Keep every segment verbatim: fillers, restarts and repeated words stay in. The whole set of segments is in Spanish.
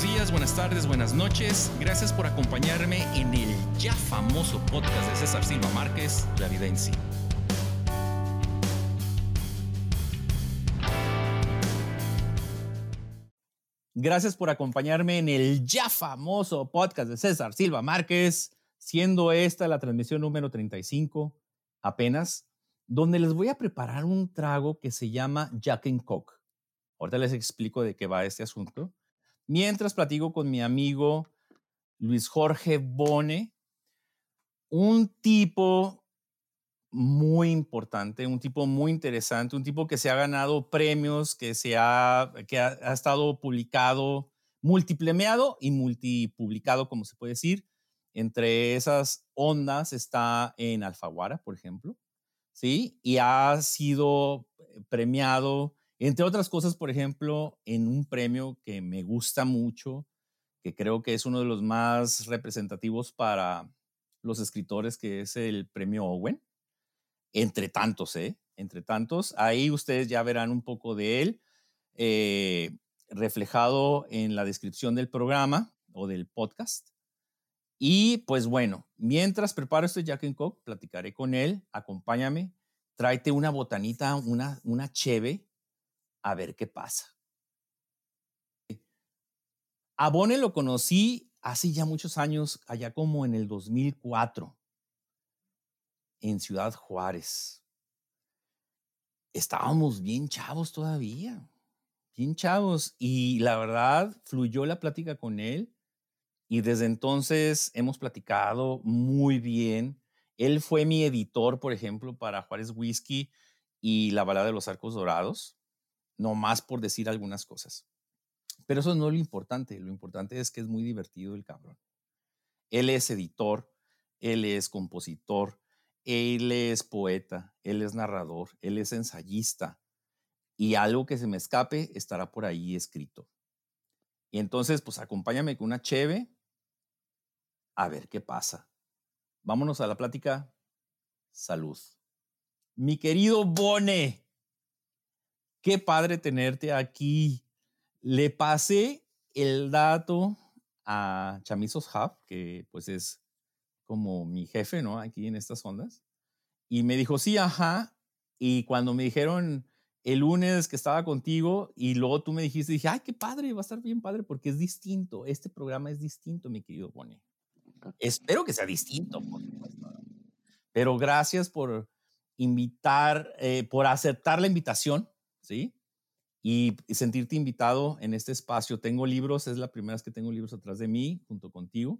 buenos días, buenas tardes, buenas noches. Gracias por acompañarme en el ya famoso podcast de César Silva Márquez, La Evidencia. Gracias por acompañarme en el ya famoso podcast de César Silva Márquez, siendo esta la transmisión número treinta y cinco, apenas, donde les voy a preparar un trago que se llama Jack and Coke. Ahorita les explico de qué va este asunto. Mientras platico con mi amigo Luis Jorge Bone, un tipo muy importante, un tipo muy interesante, un tipo que se ha ganado premios, que, se ha, que ha, ha estado publicado, multiplemeado y multipublicado, como se puede decir. Entre esas ondas está en Alfaguara, por ejemplo, ¿sí? Y ha sido premiado, entre otras cosas, por ejemplo, en un premio que me gusta mucho, que creo que es uno de los más representativos para los escritores, que es el premio Owen. Entre tantos, ¿eh? Entre tantos. Ahí ustedes ya verán un poco de él eh, reflejado en la descripción del programa o del podcast. Y pues bueno, mientras preparo este Jack and Coke, platicaré con él. Acompáñame, tráete una botanita, una, una cheve, a ver qué pasa. A Bone lo conocí hace ya muchos años, allá como en el dos mil cuatro, en Ciudad Juárez. Estábamos bien chavos todavía, bien chavos, y la verdad fluyó la plática con él y desde entonces hemos platicado muy bien. Él fue mi editor, por ejemplo, para Juárez Whisky y La Balada de los Arcos Dorados, no más por decir algunas cosas. Pero eso no es lo importante, lo importante es que es muy divertido el cabrón. Él es editor, él es compositor, él es poeta, él es narrador, él es ensayista. Y algo que se me escape estará por ahí escrito. Y entonces, pues acompáñame con una cheve a ver qué pasa. Vámonos a la plática. Salud. Mi querido Bone, qué padre tenerte aquí. Le pasé el dato a Chamizos Hub, que pues es como mi jefe, ¿no? Aquí en estas ondas. Y me dijo, sí, ajá. Y cuando me dijeron el lunes que estaba contigo y luego tú me dijiste, dije, ay, qué padre, va a estar bien padre porque es distinto. Este programa es distinto, mi querido Bone. Espero que sea distinto, por supuesto. Pero gracias por invitar, eh, por aceptar la invitación, ¿sí? Y, y sentirte invitado en este espacio. Tengo libros, es la primera vez que tengo libros atrás de mí, junto contigo,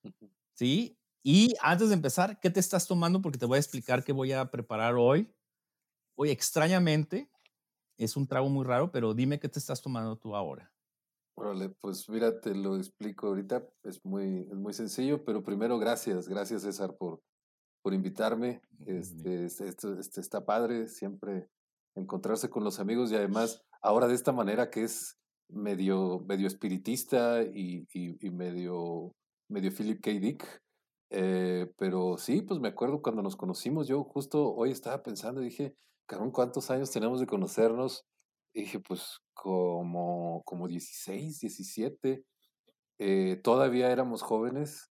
¿sí? Y antes de empezar, ¿qué te estás tomando? Porque te voy a explicar qué voy a preparar hoy. Hoy, extrañamente, es un trago muy raro, pero dime qué te estás tomando tú ahora. Órale, pues mira, te lo explico ahorita, es muy, es muy sencillo, pero primero gracias, gracias César por, por invitarme. Este, este, esto- este está padre, siempre encontrarse con los amigos y además ahora de esta manera que es medio, medio espiritista y, y, y medio, medio Philip K. Dick. Eh, pero sí, pues me acuerdo cuando nos conocimos, yo justo hoy estaba pensando y dije, cabrón, ¿cuántos años tenemos de conocernos? Y dije, pues como, como dieciséis, diecisiete. Eh, todavía éramos jóvenes,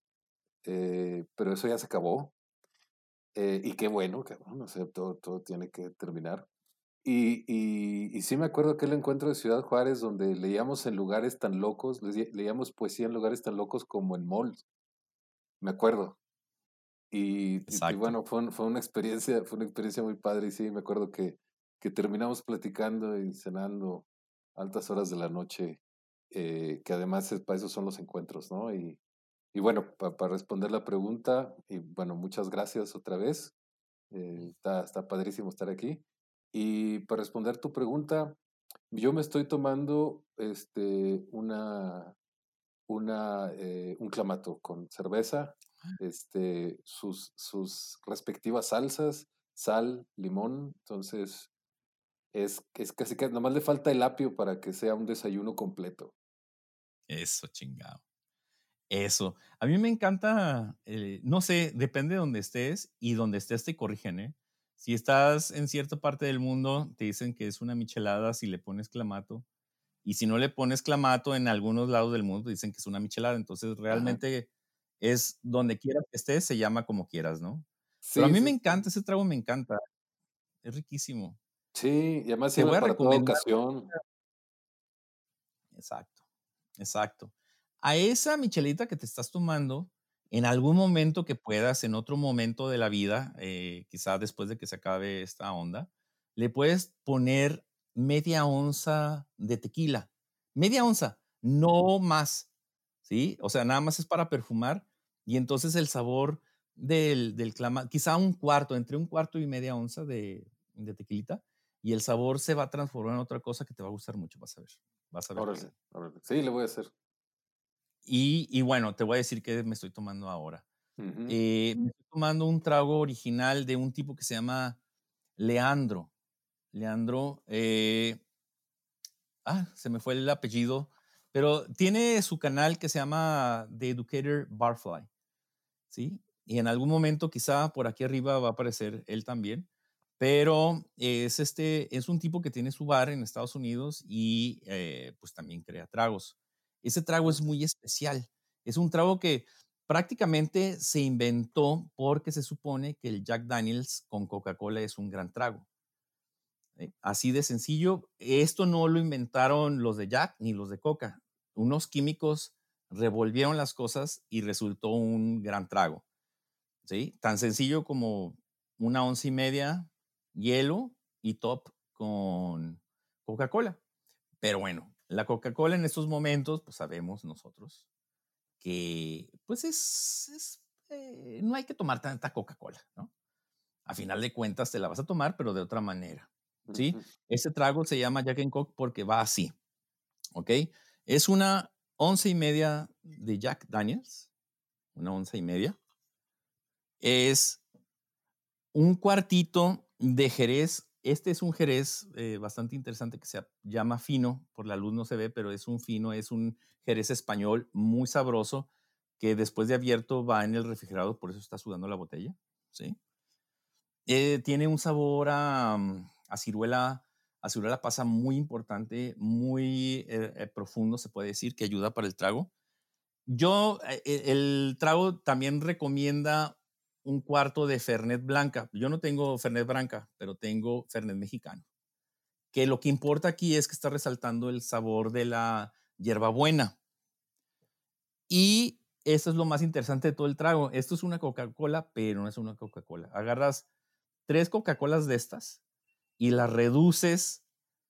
eh, pero eso ya se acabó. Eh, y qué bueno, cabrón, o sea, todo, todo tiene que terminar. Y, y, y sí me acuerdo aquel encuentro de Ciudad Juárez donde leíamos en lugares tan locos, le- leíamos poesía en lugares tan locos como en malls, me acuerdo. Y, y- y Exacto. bueno, fue, un- fue una experiencia, fue una experiencia muy padre y sí, me acuerdo que, que terminamos platicando y cenando altas horas de la noche, eh, que además es, para eso son los encuentros, ¿no? Y, y bueno, pa- para responder la pregunta, y bueno, muchas gracias otra vez, eh, está, está padrísimo estar aquí. Y para responder tu pregunta, yo me estoy tomando este, una, una, eh, un clamato con cerveza, este, sus, sus respectivas salsas, sal, limón. Entonces, es, es casi que nomás le falta el apio para que sea un desayuno completo. Eso, chingado. Eso. A mí me encanta, eh, no sé, depende de donde estés y donde estés te corrigen, ¿eh? Si estás en cierta parte del mundo, te dicen que es una michelada si le pones clamato. Y si no le pones clamato en algunos lados del mundo, dicen que es una michelada. Entonces, Ajá. realmente es donde quieras que estés, se llama como quieras, ¿no? Pero a Sí, mí me sí, encanta, sí. ese trago me encanta, es riquísimo. Sí, y además Te sirve voy a para toda recomendar. ocasión. Exacto, exacto. A esa michelita que te estás tomando, en algún momento que puedas, en otro momento de la vida, eh, quizá después de que se acabe esta onda, le puedes poner media onza de tequila, media onza, no más, ¿sí? O sea, nada más es para perfumar y entonces el sabor del, del clama, quizá un cuarto, entre un cuarto y media onza de, de tequilita, y el sabor se va a transformar en otra cosa que te va a gustar mucho, vas a ver, vas a ver que sí. Órale, órale. Sí, le voy a hacer. Y, y bueno, te voy a decir qué me estoy tomando ahora. Ujú. Eh, me estoy tomando un trago original de un tipo que se llama Leandro. Leandro, eh, ah, se me fue el apellido, pero tiene su canal que se llama The Educator Barfly, ¿sí? Y en algún momento, quizá por aquí arriba va a aparecer él también, pero es, este, es un tipo que tiene su bar en Estados Unidos y eh, pues también crea tragos. Ese trago es Órale. muy especial. Es un trago que prácticamente se inventó porque se supone que el Jack Daniels con Coca-Cola es un gran trago. ¿Eh? Así de sencillo. Esto no lo inventaron los de Jack ni los de Coca. Unos químicos revolvieron las cosas y resultó un gran trago. ¿Sí? Tan sencillo como una once y media, hielo y top con Coca-Cola. Pero bueno, la Coca-Cola en estos momentos, pues sabemos nosotros que pues es, es, eh, no hay que tomar tanta Coca-Cola, ¿no? A final de cuentas te la vas a tomar, pero de otra manera, ¿sí? Ujú. Ese trago se llama Jack and Coke porque va así, ¿ok? Es una once y media de Jack Daniels, una once y media. Es un cuartito de Jerez. Este es un Jerez eh, bastante interesante que se llama fino, por la luz no se ve, pero es un fino, es un Jerez español muy sabroso que después de abierto va en el refrigerador, por eso está sudando la botella, ¿sí? Eh, tiene un sabor a, mm, a ciruela, a ciruela pasa muy importante, muy eh, eh, profundo, se puede decir, que ayuda para el trago. Yo, eh, eh, el trago también recomienda un cuarto de Fernet Blanca. Yo no tengo Fernet Branca, pero tengo Fernet mexicano. Que lo que importa aquí es que está resaltando el sabor de la hierbabuena. Y eso es lo más interesante de todo el trago. Esto es una Coca-Cola, pero no es una Coca-Cola. Agarras tres Coca-Colas de estas y las reduces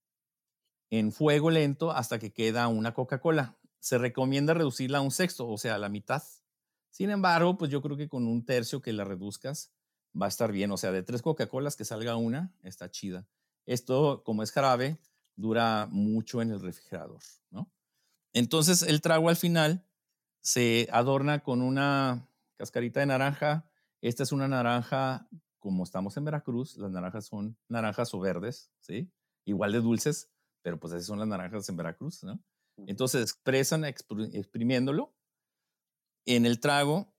en fuego lento hasta que queda una Coca-Cola. Se recomienda reducirla a un sexto, o sea, a la mitad. Sin embargo, pues yo creo que con un tercio que la reduzcas va a estar bien. O sea, de tres Coca-Colas que salga una, está chida. Esto, como es jarabe, dura mucho en el refrigerador, ¿no? Entonces, el trago al final se adorna con una cascarita de naranja. Esta es una naranja, como estamos en Veracruz, las naranjas son naranjas o verdes, ¿sí? Igual de dulces, pero pues así son las naranjas en Veracruz, ¿no? Ujú. Entonces expresan expr- exprimiéndolo en el trago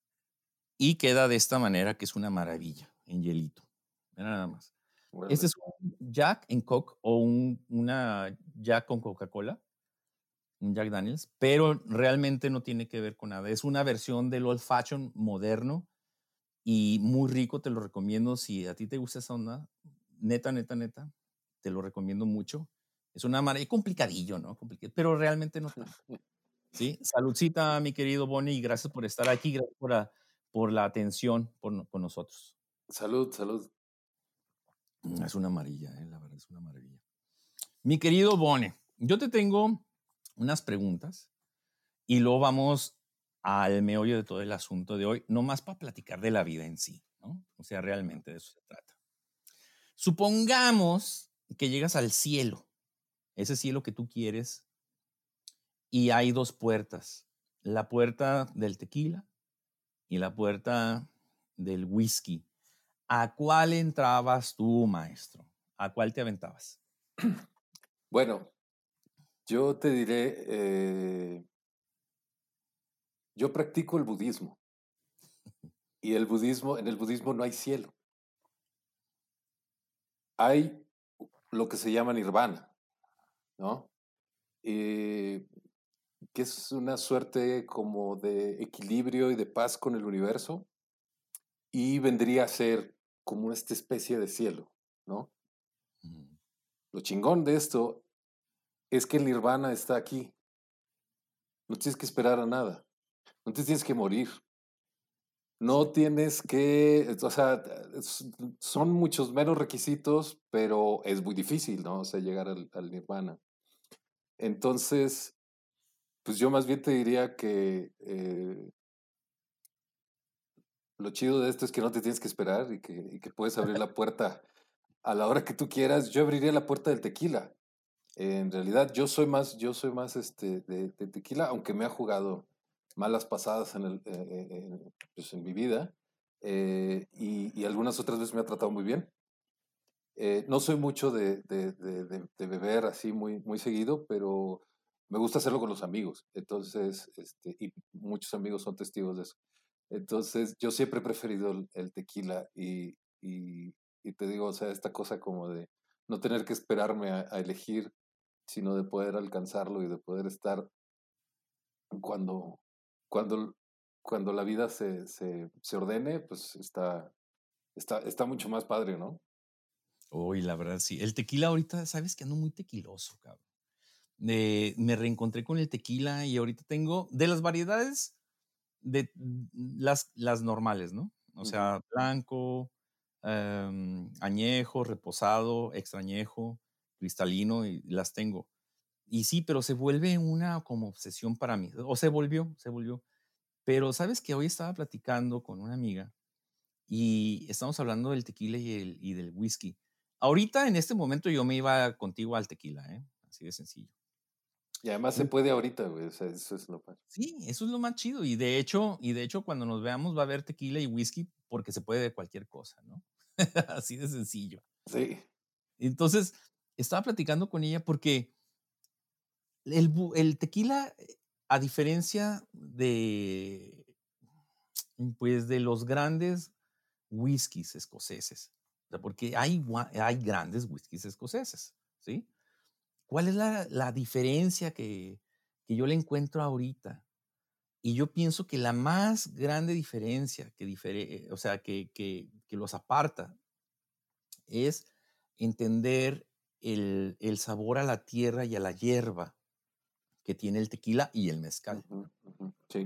y queda de esta manera que es una maravilla, en hielito. Mira nada más. Este Órale. es un Jack en Coke o un, una Jack con Coca-Cola, un Jack Daniels, pero realmente no tiene que ver con nada. Es una versión del old fashion moderno y muy rico, te lo recomiendo. Si a ti te gusta esa onda, neta, neta, neta, te lo recomiendo mucho. Es una maravilla, complicadillo, ¿no? Complicado, pero realmente no tanto. ¿Sí? Saludcita, mi querido Bonnie, y gracias por estar aquí, gracias por la, por la atención por, no- con nosotros. Salud, salud. Mm, Es una maravilla, eh, la verdad, es una maravilla. Mi querido Bonnie, yo te tengo unas preguntas y luego vamos al meollo de todo el asunto de hoy, no más para platicar de la vida en sí, ¿no? O sea, realmente de eso se trata. Supongamos que llegas al cielo, ese cielo que tú quieres, y hay dos puertas, la puerta del tequila y la puerta del whisky. ¿A cuál entrabas tú, maestro? ¿A cuál te aventabas? Bueno, yo te diré, eh, yo practico el budismo y el budismo, en el budismo no hay cielo, hay lo que se llama nirvana, ¿no? eh, que es una suerte como de equilibrio y de paz con el universo, y vendría a ser como esta especie de cielo, ¿no? Ujú. Lo chingón de esto es que el nirvana está aquí. No tienes que esperar a nada. No te tienes que morir. No Exacto. tienes que, o sea, s- son muchos menos requisitos, pero es muy difícil, ¿no? O sea, llegar al, al nirvana. Entonces, pues yo más bien te diría que eh, lo chido de esto es que no te tienes que esperar y que, y que puedes abrir la puerta a la hora que tú quieras. Yo abriría la puerta del tequila. En realidad, yo soy más, yo soy más este, de, de tequila, aunque me ha jugado malas pasadas en, el, eh, eh, en, pues, en mi vida, eh, y, y algunas otras veces me ha tratado muy bien. Eh, no soy mucho de, de, de, de- de beber así muy, muy seguido, pero me gusta hacerlo con los amigos. Entonces, este, y muchos amigos son testigos de eso. Entonces, yo siempre he preferido el, el tequila y, y, y te digo, o sea, esta cosa como de no tener que esperarme a, a elegir, sino de poder alcanzarlo y de poder estar cuando, cuando, cuando la vida se, se, se ordene, pues está, está, está mucho más padre, ¿no? Uy, la verdad sí. El tequila ahorita, sabes que ando muy tequiloso, cabrón. Eh, me reencontré con el tequila y ahorita tengo de las variedades de mm, las, las normales, ¿no? O Ujú, sea, blanco, em, añejo, reposado, extrañejo, cristalino, y las tengo. Y sí, pero se vuelve una como obsesión para mí, o se volvió, se volvió. Pero sabes que hoy estaba platicando con una amiga y estamos hablando del tequila y, el, y del whisky. Ahorita, en este momento, yo me iba contigo al tequila, ¿eh? Así de sencillo. y además se En- puede ahorita, güey, o sea, eso es lo padre. Sí, eso es lo más chido. Y de hecho, y de hecho, cuando nos veamos va a haber tequila y whisky porque se puede de cualquier cosa, ¿no? Así de sencillo. Sí. Entonces, estaba platicando con ella porque el, bu- el tequila, eh, a diferencia de, pues, de los grandes whiskies escoceses, o sea, porque hay, gua- hay grandes whiskies escoceses, ¿sí? ¿Cuál es la, la diferencia que, que yo le encuentro ahorita? Y yo pienso que la más grande diferencia que, difere- eh, o sea, que, que, que los aparta es entender el, el sabor a la tierra y a la hierba que tiene el tequila y el mezcal. Ujú, ujú, sí.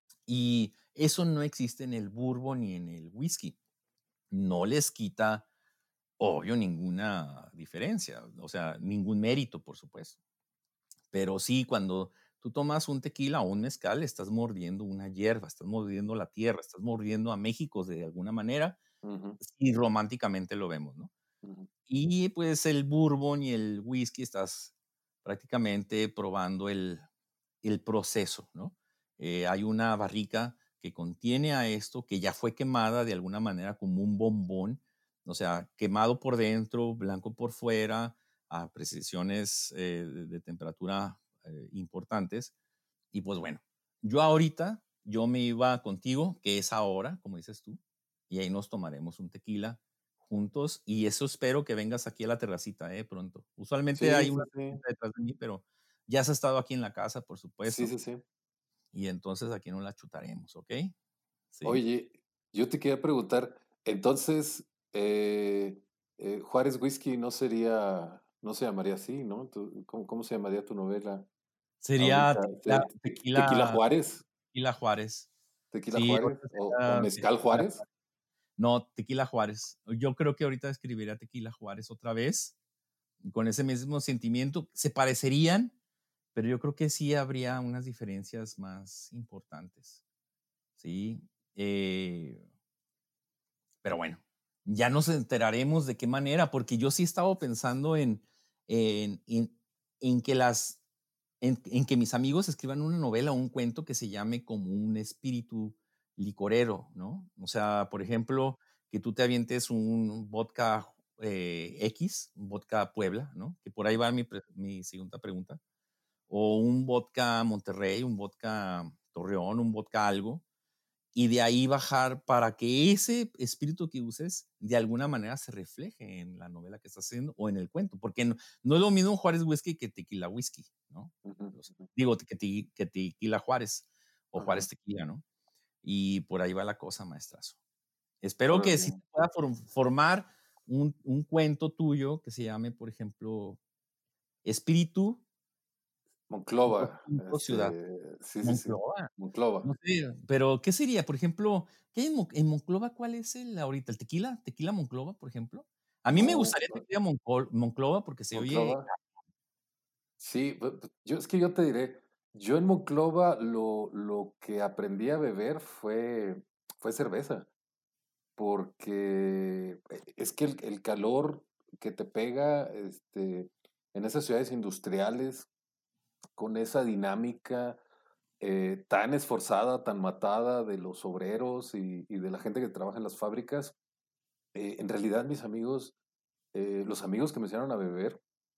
Y eso no existe en el bourbon ni en el whisky. No les quita, obvio, ninguna diferencia, o sea, ningún mérito, por supuesto. Pero sí, cuando tú tomas un tequila o un mezcal, estás mordiendo una hierba, estás mordiendo la tierra, estás mordiendo a México de alguna manera, Ujú, y románticamente lo vemos, ¿no? ujú, Y pues el bourbon y el whisky estás prácticamente probando el, el proceso, ¿no? Eh, hay una barrica que contiene a esto, que ya fue quemada de alguna manera como un bombón, o sea, quemado por dentro, blanco por fuera, a precisiones eh, de, de temperatura eh, importantes. Y pues bueno, yo ahorita, yo me iba contigo, que es ahora, como dices tú, y ahí nos tomaremos un tequila juntos y eso espero que vengas aquí a la terracita, ¿eh? Pronto. Usualmente sí, hay sí, una sí. terracita detrás de mí, pero ya has estado aquí en la casa, por Sí, supuesto, sí, sí. y entonces aquí nos la chutaremos, ¿ok? Sí. Oye, yo te quería preguntar, entonces, eh, eh, Juárez Whisky no sería, no se llamaría así, ¿no? Tu- ¿Cómo, cómo se llamaría tu novela Sería ahorita? tequila, ¿Te- te- ¿Tequila tequila, Juárez? tequila Juárez. ¿Tequila Sí, Juárez? ahorita ¿O, o sería Mezcal tequila Juárez? Juárez. No, tequila Juárez. Yo creo que ahorita escribiré tequila Juárez otra vez, con ese mismo sentimiento. Se parecerían, pero yo creo que sí habría unas diferencias más importantes, ¿sí? Eh, pero bueno, ya nos enteraremos de qué manera, porque yo sí estaba pensando en, en, en, en que las, en, en que mis amigos escriban una novela o un cuento que se llame como un espíritu licorero, ¿no? O sea, por ejemplo, que tú te avientes un vodka eh, X, un vodka Puebla, ¿no? Que por ahí va mi, pre- mi segunda pregunta. O un vodka Monterrey, un vodka Torreón, un vodka algo, y de ahí bajar para que ese espíritu que uses de alguna manera se refleje en la novela que estás haciendo o en el cuento, porque no, no es lo mismo Juárez Whisky que Tequila Whisky, ¿no? Ujú, Los- ujú. digo, que, te- que Tequila Juárez o Ajá. Juárez Tequila, ¿no? Y por ahí va la cosa, maestrazo. Espero que sí Órale. se pueda form- formar un, un cuento tuyo que se llame, por ejemplo, Espíritu dos Monclova, punto Ciudad. este, sí, sí, sí, Monclova. Monclova. No sé, pero, ¿qué sería? Por ejemplo, ¿qué hay en Mon en Monclova? ¿Cuál es el ahorita? ¿El tequila? ¿Tequila Monclova, por ejemplo? A mí me No, gustaría no, tequila Moncol Monclova porque se oye Monclova. Sí, pu pu yo es que yo te diré, yo en Monclova lo lo que aprendí a beber fue fue cerveza, porque e es que el el calor que te pega, este, en esas ciudades industriales, con esa dinámica, eh, tan esforzada, tan matada de los obreros y y de la gente que trabaja en las fábricas, eh, en realidad mis amigos, eh, los amigos que me enseñaron a beber,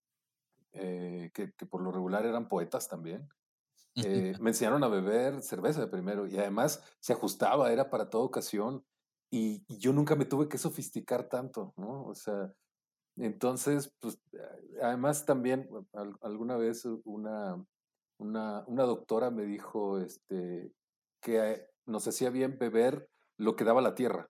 eh, que que por lo regular eran poetas también, eh, me enseñaron a beber cerveza primero y además se ajustaba, era para toda ocasión y, y yo nunca me tuve que sofisticar tanto, ¿no? O sea, entonces, pues, a- además también al- alguna vez una, una, una doctora me dijo, este, que nos hacía bien beber lo que daba la tierra,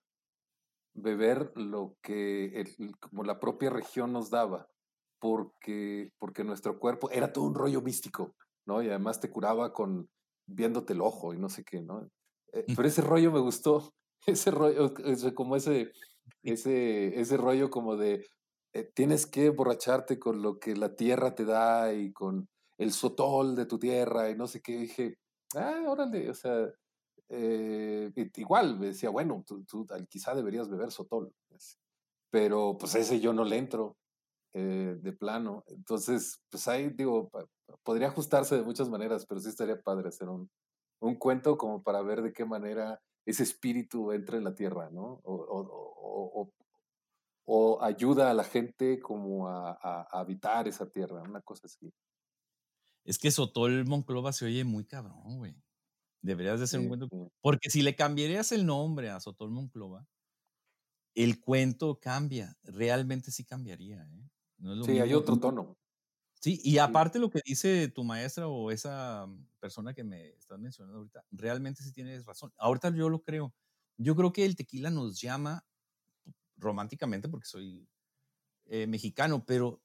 beber lo que el- como la propia región nos daba, porque, porque nuestro cuerpo era todo un rollo místico, ¿no? Y además te curaba con viéndote el ojo y no sé qué, ¿no? Eh, pero ese rollo me gustó, ese rollo, ese- como ese, ese, ese rollo como de eh, tienes que emborracharte con lo que la tierra te da y con el sotol de tu tierra y no sé qué. Dije, ah, órale, o sea, eh, i- igual me decía, bueno, tú, tú al- quizá deberías beber sotol, pues, pero pues ese yo no le entro eh, de plano. Entonces, pues ahí digo, pa- podría ajustarse de muchas maneras, pero sí estaría padre hacer un, un cuento como para ver de qué manera ese espíritu entra en la tierra, ¿no? O, o- o- o- o ayuda a la gente como a, a- a habitar esa tierra, una cosa así. es que Sotol Monclova se oye muy cabrón, güey. Deberías de hacer un Sí, cuento, sí. porque si le cambiarías el nombre a Sotol Monclova, el cuento cambia, realmente sí cambiaría, ¿eh? No es lo Sí, hay mismo. otro tono. Sí, y Sí. aparte lo que dice tu maestra o esa mm, persona que me estás mencionando ahorita, realmente sí tienes razón. Ahorita yo lo creo. Yo creo que el tequila nos llama románticamente porque soy eh, mexicano, pero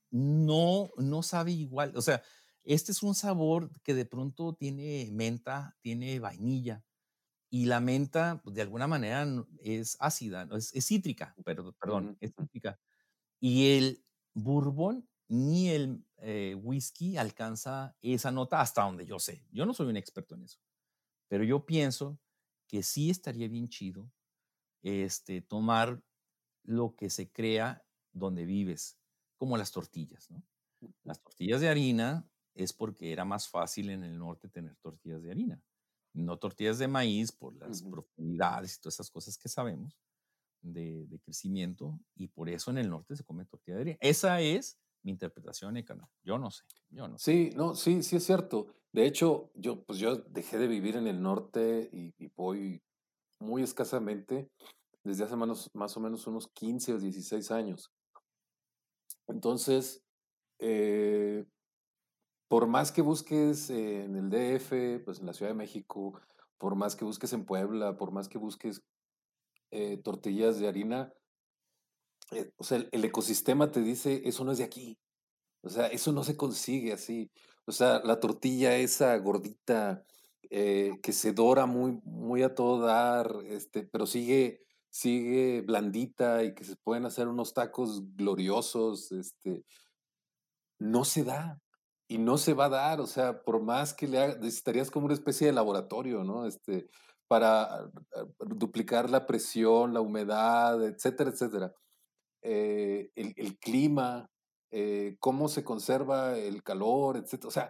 no, no sabe igual. O sea, este es un sabor que de pronto tiene menta, tiene vainilla, y la menta, pues, de alguna manera n- es ácida, ¿no? Es, es cítrica, pero, perdón, Ujú, es ujú. cítrica. Y el bourbon ni el, eh, whisky alcanza esa nota hasta donde yo sé. Yo no soy un experto en eso, pero yo pienso que sí estaría bien chido, este, tomar lo que se crea donde vives, como las tortillas, ¿no? Las tortillas de harina es porque era más fácil en el norte tener tortillas de harina, no tortillas de maíz por las Ujú. profundidades y todas esas cosas que sabemos de, de crecimiento y por eso en el norte se come tortilla de harina. Esa es mi interpretación, eh, carnal. Yo no sé, yo no sé. Sí, no, sí, sí es cierto. De hecho, yo, pues yo dejé de vivir en el norte y, y voy muy escasamente desde hace manos- más o menos unos quince o dieciséis años. Entonces, eh, por más que busques en el D F, pues en la Ciudad de México, por más que busques en Puebla, por más que busques eh, tortillas de harina, eh, o sea, el, el ecosistema te dice, eso no es de aquí. O sea, eso no se consigue así. O sea, la tortilla esa gordita eh, que se dora muy, muy a todo dar, este, pero sigue, sigue blandita y que se pueden hacer unos tacos gloriosos, este, no se da y no se va a dar. O sea, por más que le hagas, necesitarías como una especie de laboratorio, ¿no? Este, para ah, ah, duplicar la presión, la humedad, etcétera, etcétera eh, el, el clima, eh, cómo se conserva el calor, etcétera. O sea,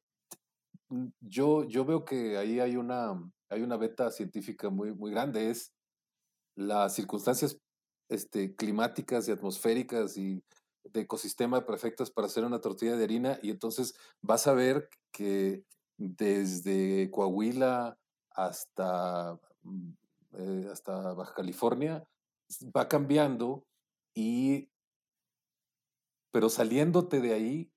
mm, yo, yo veo que ahí hay una, hay una beta científica muy, muy grande. Es las circunstancias este, climáticas y atmosféricas y de ecosistema perfectas para hacer una tortilla de harina. Y entonces vas a ver que desde Coahuila hasta mm, eh, hasta Baja California, s- va cambiando y, pero saliéndote de ahí,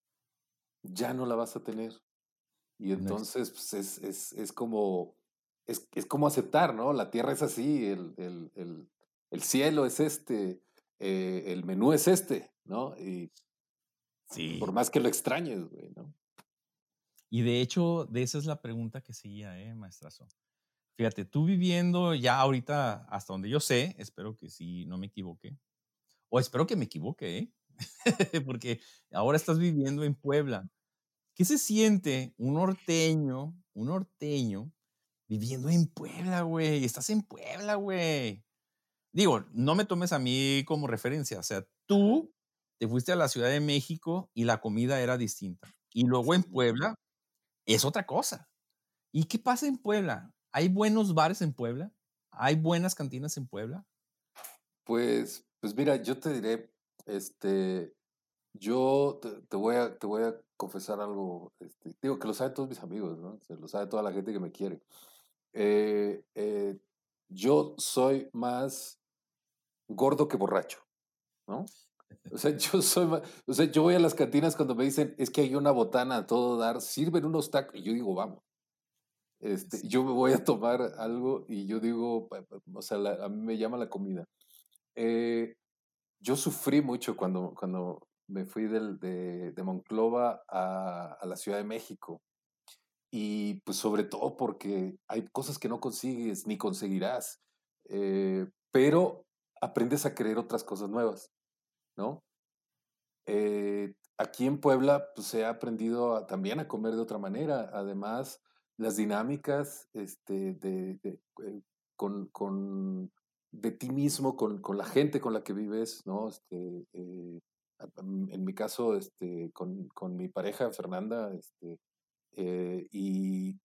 ya no la vas a tener. Y No ex entonces, pues, es, es, es como, es, es como aceptar, ¿no? La tierra es así, el, el, el, el cielo es este, eh, el menú es este, ¿no? Y por sí. más que lo extrañes, güey, ¿no? Y de hecho, de esa es la pregunta que seguía, ¿eh, maestrazo? Fíjate, tú viviendo ya ahorita, hasta donde yo sé, espero que sí no me equivoque, o espero que me equivoque, ¿eh? Porque ahora estás viviendo en Puebla. ¿Qué se siente un norteño un norteño viviendo en Puebla, güey? Estás en Puebla, güey. Digo, no me tomes a mí como referencia, o sea, Ajá, tú te fuiste a la Ciudad de México y la comida era distinta. Y luego en sí. Puebla es otra cosa. ¿Y qué pasa en Puebla? ¿Hay buenos bares en Puebla? ¿Hay buenas cantinas en Puebla? Pues, pues mira, yo te diré, este, yo te, te voy a, te voy a confesar algo, este, digo que lo saben todos mis amigos, ¿no? Se lo sabe toda la gente que me quiere. Eh, eh, yo soy más gordo que borracho, ¿no? O sea, yo soy más, o sea, yo voy a las cantinas cuando me dicen, es que hay una botana a todo dar, sirven unos tacos, y yo digo, vamos. Este, Sí, yo me voy a tomar algo y yo digo, pa- pa- o sea, la- a mí me llama la comida. Eh, yo sufrí mucho cuando, cuando me fui del- de, de Monclova a, a la Ciudad de México. Y pues sobre todo porque hay cosas que no consigues ni conseguirás, eh, pero aprendes a querer otras cosas nuevas, ¿no? Eh, aquí en Puebla, pues he aprendido a- también a comer de otra manera. Además, las dinámicas este, de, de, eh, con, con- de ti mismo, con, con la gente con la que vives, ¿no? Este, eh, a- a- en mi caso, este, con, con mi pareja, Fernanda, este, eh, y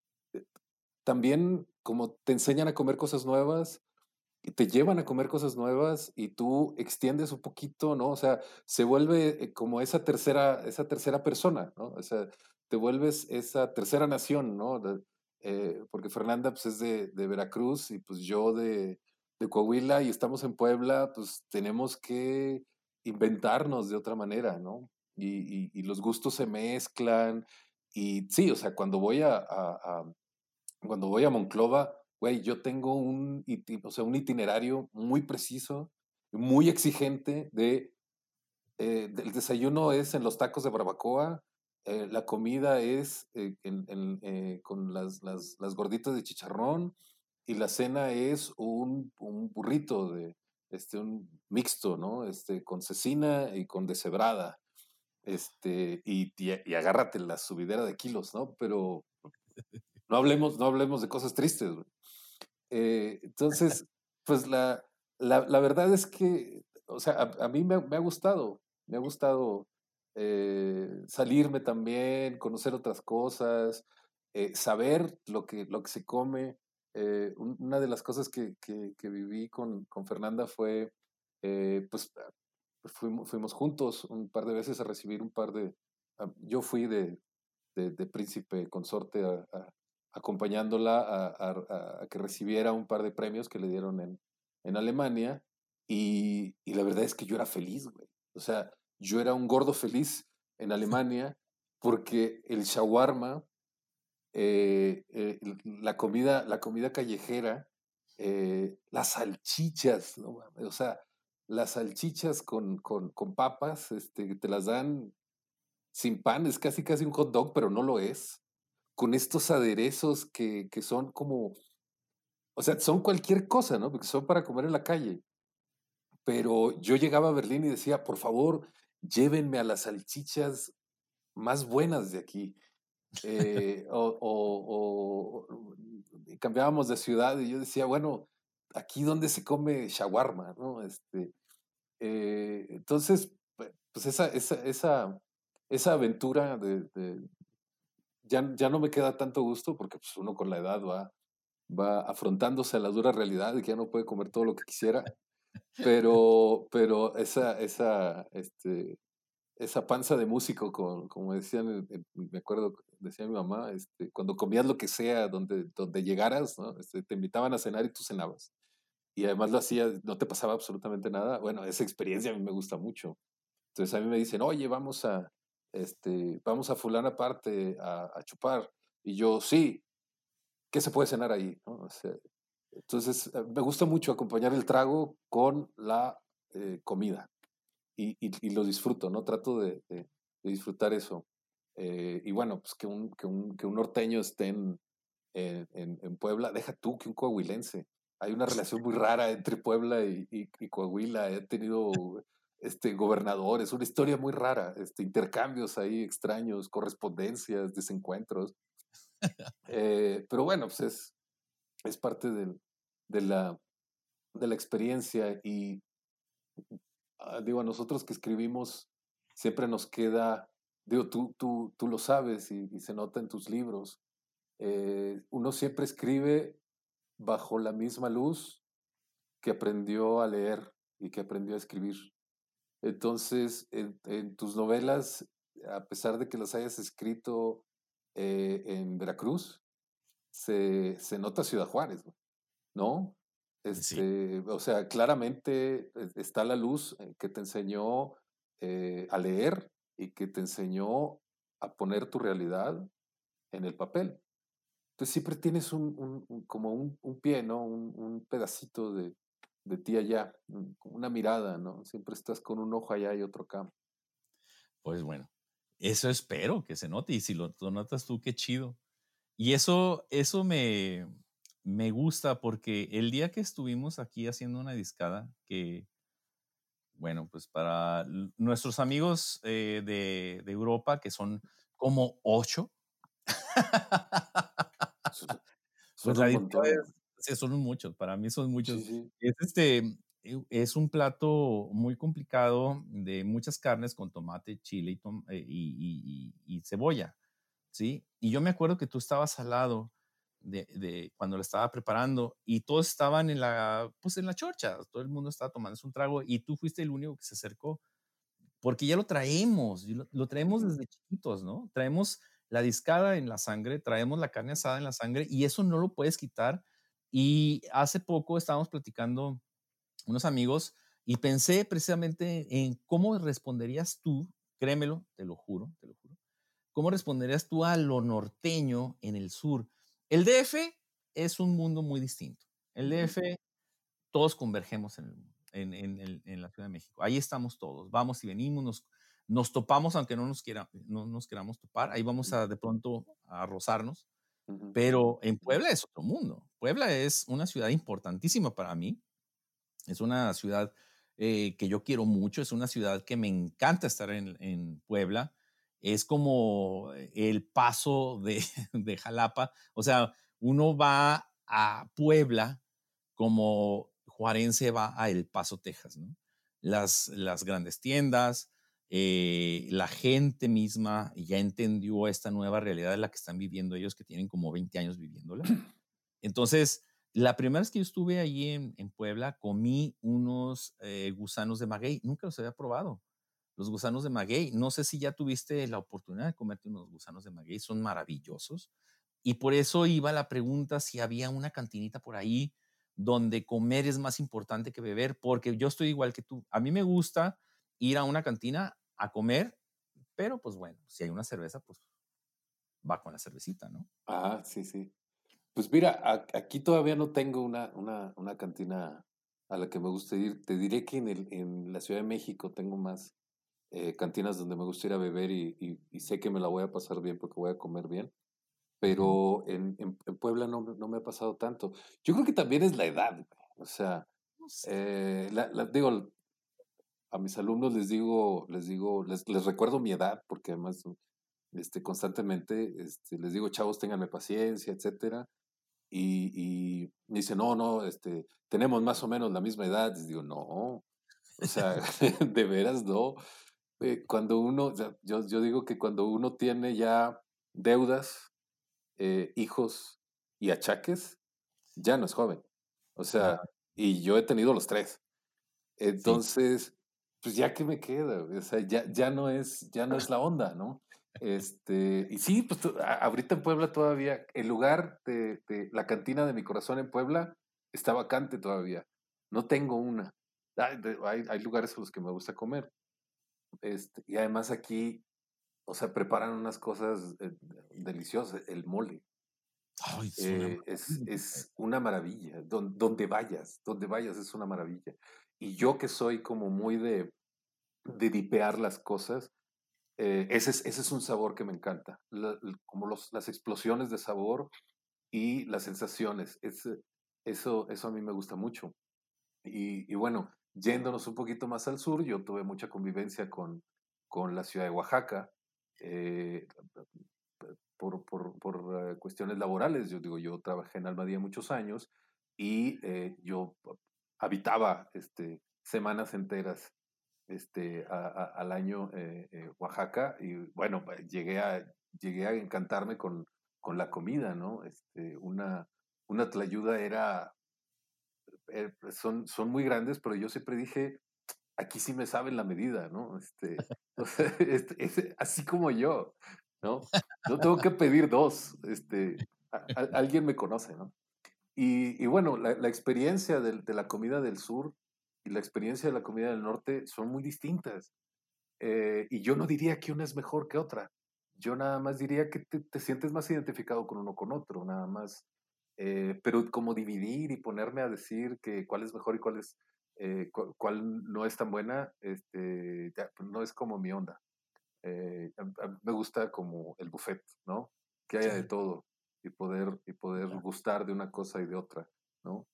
también como te enseñan a comer cosas nuevas, y te llevan a comer cosas nuevas y tú extiendes un poquito, ¿no? O sea, se vuelve eh, como esa tercera, esa tercera persona, ¿no? O sea, te vuelves esa tercera nación, ¿no? De- eh, porque Fernanda pues es de, de Veracruz y pues yo de, de Coahuila y estamos en Puebla, pues tenemos que inventarnos de otra manera, ¿no? Y, y- y los gustos se mezclan y sí, o sea, cuando voy a, a- a- cuando voy a Monclova, güey, yo tengo un, iti- o sea, un itinerario muy preciso, muy exigente de, eh, el desayuno es en los tacos de barbacoa, eh, la comida es eh, en- en, eh, con las, las, las gorditas de chicharrón y la cena es un, un burrito de, este, un mixto, ¿no? Este, con cecina y con deshebrada, este, y, y, y agárrate la subidera de kilos, ¿no? Pero no hablemos, no hablemos de cosas tristes, güey. Eh, entonces, pues la, la, la verdad es que, o sea, a, a mí me, ha me ha gustado, me ha gustado eh, salirme también, conocer otras cosas, eh, saber lo que, lo que se come. Eh, un- una de las cosas que, que, que viví con, con Fernanda fue, eh, pues, fuimos, fuimos juntos un par de veces a recibir un par de, ah, yo fui de, de, de príncipe consorte a, a- acompañándola a, a- a que recibiera un par de premios que le dieron en, en Alemania y, y la verdad es que yo era feliz, güey. O sea, yo era un gordo feliz en Alemania porque el shawarma, eh, eh, la comida, la comida callejera, eh, las salchichas, ¿no? O sea, las salchichas con, con, con papas, este, que te las dan sin pan, es casi casi un hot dog, pero no lo es. Con estos aderezos que, que son como, o sea, son cualquier cosa, ¿no? Porque son para comer en la calle. Pero yo llegaba a Berlín y decía, por favor, llévenme a las salchichas más buenas de aquí. Eh, o, o- o- y cambiábamos de ciudad y yo decía, bueno, aquí donde se come shawarma, ¿no? Este, eh, entonces, pues pues esa, esa, esa, esa aventura de, de- ya, ya no me queda tanto gusto porque pues, uno con la edad va, va afrontándose a la dura realidad de que ya no puede comer todo lo que quisiera, pero, pero esa, esa, este, esa panza de músico, co como decían, en en me acuerdo, decía mi mamá, este, cuando comías lo que sea, donde donde llegaras, ¿no? Este, te invitaban a cenar y tú cenabas. Y además lo hacías, no te pasaba absolutamente nada. Bueno, esa experiencia a mí me gusta mucho. Entonces a mí me dicen: "Oye, vamos a, este, vamos a fulana parte a a chupar". Y yo: "Sí, ¿qué se puede cenar ahí?", ¿no? O sea, entonces, eh, me gusta mucho acompañar el trago con la, eh, comida y y y lo disfruto, ¿no? Trato de de de disfrutar eso. Eh, y bueno, pues que un que un que un norteño esté en en en en Puebla, deja tú que un coahuilense. Hay una relación muy rara entre Puebla y y y Coahuila. He tenido, este, gobernadores, una historia muy rara, este, intercambios ahí extraños, correspondencias, desencuentros. Eh, pero bueno, pues es es parte del de la de la experiencia y, ah, digo, a nosotros que escribimos siempre nos queda, digo, tú tú tú lo sabes y y se nota en tus libros, eh, uno siempre escribe bajo la misma luz que aprendió a leer y que aprendió a escribir. Entonces, en en tus novelas, a pesar de que las hayas escrito, eh, en Veracruz, se se nota Ciudad Juárez, ¿no? Sí. Este, o sea, claramente e está la luz, eh, que te enseñó, eh, a leer y que te enseñó a poner tu realidad en el papel. Entonces, siempre tienes un un un como un un pie, ¿no? Un un pedacito de de ti allá, mm, una mirada, ¿no? Siempre estás con un ojo allá y otro acá. Pues bueno, eso espero que se note, y si lo lo notas tú, qué chido. Y eso eso me me gusta, porque el día que estuvimos aquí haciendo una discada, que, bueno, pues para l nuestros amigos, eh, de de Europa, que son como ocho. Son Pues son la un discada montón. es sí, son muchos, para mí son Sí, muchos. sí. Es, este, eu es un plato muy complicado de muchas carnes con tomate, chile y tom eh, y y y y cebolla, ¿sí? Y yo me acuerdo que tú estabas al lado de de cuando lo estaba preparando, y todos estaban en la, pues, en la chorcha, todo el mundo estaba tomándose un trago, y tú fuiste el único que se acercó, porque ya lo traemos, y lo lo traemos Ujú, desde chiquitos, ¿no? Traemos la discada en la sangre, traemos la carne ujú, asada en la sangre, y eso no lo puedes quitar. Y hace poco estábamos platicando unos amigos, y pensé precisamente en cómo responderías tú, créemelo, te lo juro, te lo juro, ¿cómo responderías tú a lo norteño en el sur? El D F es un mundo muy distinto. El ujú, D F, todos convergemos en, el- en, en el- en la Ciudad de México. Ahí estamos todos, vamos y venimos, nos, nos topamos, aunque no nos, quiera, no nos queramos topar. Ahí vamos a de pronto a rozarnos. ujú, Pero en Puebla es otro mundo. Puebla es una ciudad importantísima para mí. Es una ciudad eh, que yo quiero mucho, es una ciudad que me encanta estar en, en Puebla. Es como el paso de, de Jalapa. O sea, uno va a Puebla como Juarense va a El Paso, Texas, ¿no? Las, las grandes tiendas, eh, la gente misma ya entendió esta nueva realidad en la que están viviendo ellos, que tienen como veinte años viviéndola. Entonces, la primera vez que yo estuve allí en, en Puebla, comí unos eh, gusanos de maguey. Nunca los había probado. Los gusanos de maguey. No sé si ya tuviste la oportunidad de comerte unos gusanos de maguey. Son maravillosos. Y por eso iba la pregunta si había una cantinita por ahí donde comer es más importante que beber, porque yo estoy igual que tú. A mí me gusta ir a una cantina a comer, pero pues bueno, si hay una cerveza, pues va con la cervecita, ¿no? ah, sí, sí. Pues mira, a aquí todavía no tengo una una una cantina a la que me guste ir. Te diré que en el en la Ciudad de México tengo más, eh, cantinas donde me gusta ir a beber y y y sé que me la voy a pasar bien porque voy a comer bien, Ujú. pero en en en Puebla no me no me ha pasado tanto. Yo creo que también es la edad, güey. O sea, No sé. eh, la la digo, a mis alumnos les digo les digo, les les recuerdo mi edad, porque además, este, constantemente, este, les digo: "Chavos, ténganme paciencia", etcétera. Y y me dicen: "No, no, este, tenemos más o menos la misma edad". Les digo: "No, o sea, de veras no". Eh, cuando uno, o sea, yo yo digo que cuando uno tiene ya deudas, eh, hijos y achaques, ya no es joven. O Ah, sea, y yo he tenido los tres. sí. Entonces, pues ya que me queda, güey, o sea, ya, ya no es, ya no es la onda, ¿no? Este, y sí, pues tú- a- ahorita en Puebla todavía, el lugar de, de la cantina de mi corazón en Puebla está vacante todavía. No tengo una. Hay, de- hay- hay lugares a los que me gusta comer. Este, y además aquí, o sea, preparan unas cosas eh, deliciosas. El mole Ay, es una eh, es, maravilla. es una maravilla. Don- donde vayas, donde vayas es una maravilla. Y yo que soy como muy de, de dipear las cosas, eh, ese, es, ese es un sabor que me encanta. La- l- como los, las explosiones de sabor y las sensaciones. Es, eso, eso a mí me gusta mucho. Y, y bueno, yéndonos un poquito más al sur, yo tuve mucha convivencia con, con la ciudad de Oaxaca eh, por, por, por eh, cuestiones laborales. Yo digo, yo trabajé en Almadía muchos años y eh, yo habitaba este, semanas enteras este, a- a- al año eh, eh, Oaxaca y bueno, pues, llegué a, llegué a encantarme con, con la comida, ¿no? Este, una, una tlayuda era, eh, son, son muy grandes, pero yo siempre dije, aquí sí me saben la medida, ¿no? Este, o sea, este, es así como yo, ¿no? No tengo que pedir dos, este, a- a- alguien me conoce, ¿no? Y, y bueno, la, la experiencia del- de, la comida del sur y la experiencia de la comida del norte son muy distintas. Eh, y yo no diría que una es mejor que otra. Yo nada más diría que te, te sientes más identificado con uno con otro, nada más. Eh, pero como dividir y ponerme a decir que cuál es mejor y cuál es eh, cu- cuál no es tan buena, este, ya, pues, no es como mi onda. Eh, a- a- me gusta como el buffet, ¿no? Que haya de Sí, todo y poder y poder claro. gustar de una cosa y de otra, ¿no?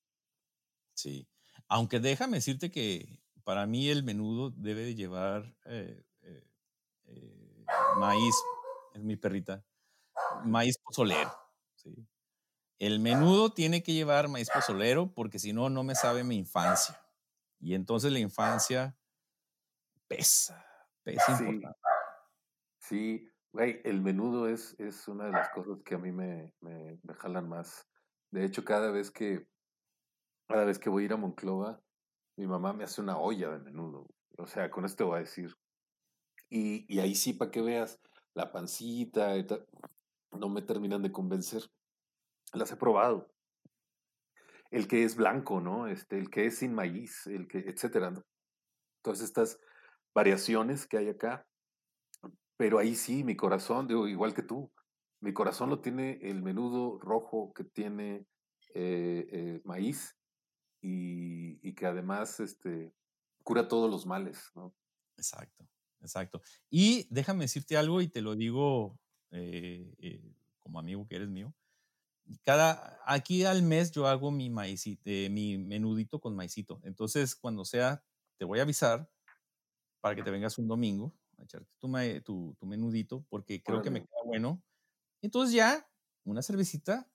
Sí. Aunque déjame decirte que para mí el menudo debe de llevar, eh, eh, eh, maíz, es mi perrita, Ujú. maíz pozolero, ¿sí? El menudo tiene que llevar maíz pozolero, porque si no, no me sabe mi infancia. Y entonces la infancia pesa, pesa Sí, importante. sí, güey, el menudo es, es una de las cosas que a mí me, me, me jalan más. De hecho, cada vez que, cada vez que voy a ir a Monclova, mi mamá me hace una olla de menudo. O sea, con esto voy a decir. Y, y ahí sí, para que veas, la pancita y tal, no me terminan de convencer. Las he probado. El que es blanco, ¿no? Este, el que es sin maíz, el que, etcétera, ¿no? Todas estas variaciones que hay acá. Pero ahí sí, mi corazón, digo, igual que tú, mi corazón lo tiene el menudo rojo que tiene eh, eh, maíz y, y que además este, cura todos los males, ¿no? Exacto, exacto. Y déjame decirte algo y te lo digo, eh, eh, como amigo que eres mío. Cada aquí al mes yo hago mi maicito, eh, mi menudito con maicito. Entonces, cuando sea, te voy a avisar para que te vengas un domingo a echarte tu mae tu tu menudito, porque creo que me Órale, queda bueno. Entonces ya, una cervecita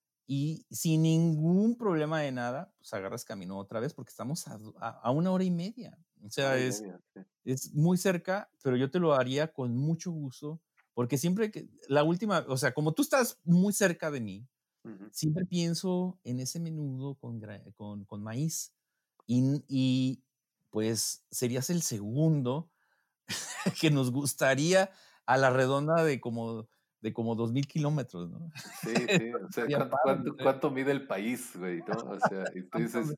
y sin ningún problema de nada, pues agarras camino otra vez, porque estamos a do a a una hora y media. O sea, hora y es media, sí. es muy cerca, pero yo te lo haría con mucho gusto, porque siempre que la última, o sea, como tú estás muy cerca de mí, Ujú. siempre pienso en ese menudo con gra con con maíz, y n y, pues, serías el segundo que nos gustaría a la redonda de como de como dos mil kilómetros, ¿no? Sí, sí, o sea, Estaría ¿cuánto, padre, cuánto, ¿eh? cuánto mide el país, güey, ¿no? O sea, y tú dices, Exactamente.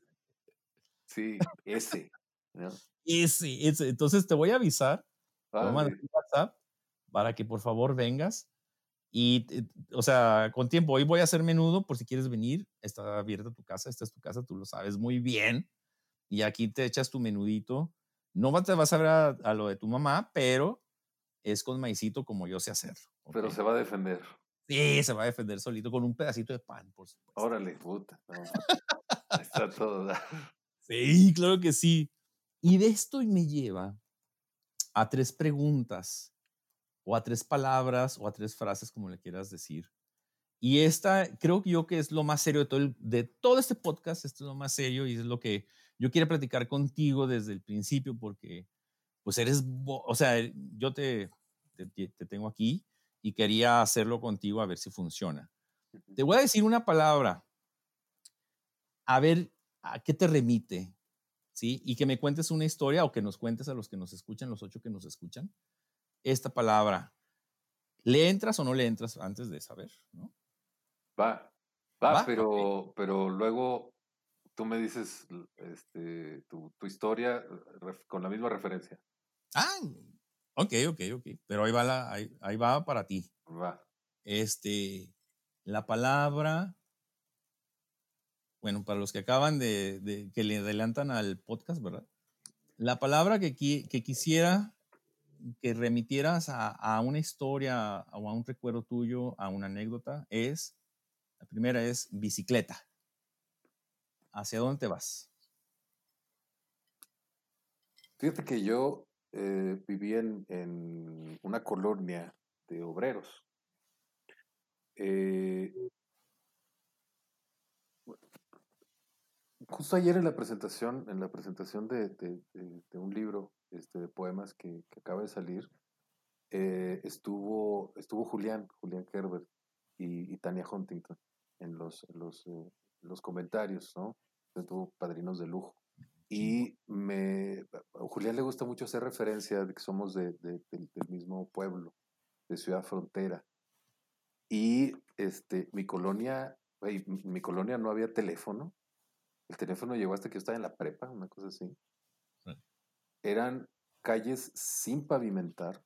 sí, ese, ¿no? Ese, ese. Entonces, te voy a avisar, te voy a mandar Vale, un WhatsApp para que, por favor, vengas y, t o sea, con tiempo. Hoy voy a hacer menudo por si quieres venir, está abierta tu casa, esta es tu casa, tú lo sabes muy bien, y aquí te echas tu menudito. No va te vas a ver a a lo de tu mamá, pero es con maicito como yo sé hacerlo, pero ¿okey? se va a defender. Sí, se va a defender solito con un pedacito de pan, por supuesto. Órale, puta, no, está todo. Sí, claro que sí. Y de esto me lleva a tres preguntas, o a tres palabras, o a tres frases, como le quieras decir. Y esta creo que yo que es lo más serio de todo el de todo este podcast, esto es lo más serio y es lo que yo quiero platicar contigo desde el principio, porque, pues, eres bo o sea, yo te te te tengo aquí y quería hacerlo contigo a ver si funciona. Te voy a decir una palabra, a ver a qué te remite. ¿sí? Y que me cuentes una historia o que nos cuentes a los que nos escuchan, los ocho que nos escuchan, esta palabra. ¿Le entras o no le entras antes de saber, no? Va, va, ¿Va? Ok. pero, pero luego tú me dices l- este, tu, tu historia eh, ref- con la misma referencia. Ah, ok, ok, ok. Pero ahí va, la, ahí, ahí va para ti. Va. Este, la palabra, bueno, para los que acaban de, de- que le adelantan al podcast, ¿verdad? La palabra que, qui- que quisiera que remitieras a, a una historia o a un recuerdo tuyo, a una anécdota, es, la primera es bicicleta. ¿Hacia dónde te vas? Fíjate que yo eh, viví en, en una colonia de obreros. Eh, Justo ayer en la presentación, en la presentación de, de- de- de un libro este, de poemas que, que acaba de salir, eh, estuvo, estuvo Julián, Julián Herbert y, y Tania Huntington en los, en los, eh, los comentarios, ¿no? Estuvo padrinos de lujo. Chingón. Y me, a Julián le gusta mucho hacer referencia de que somos de, de- del del mismo pueblo, de Ciudad Frontera. Y este, mi colonia, güey, mi mi colonia no había teléfono. El teléfono llegó hasta que yo estaba en la prepa, una cosa así. Eran calles sin pavimentar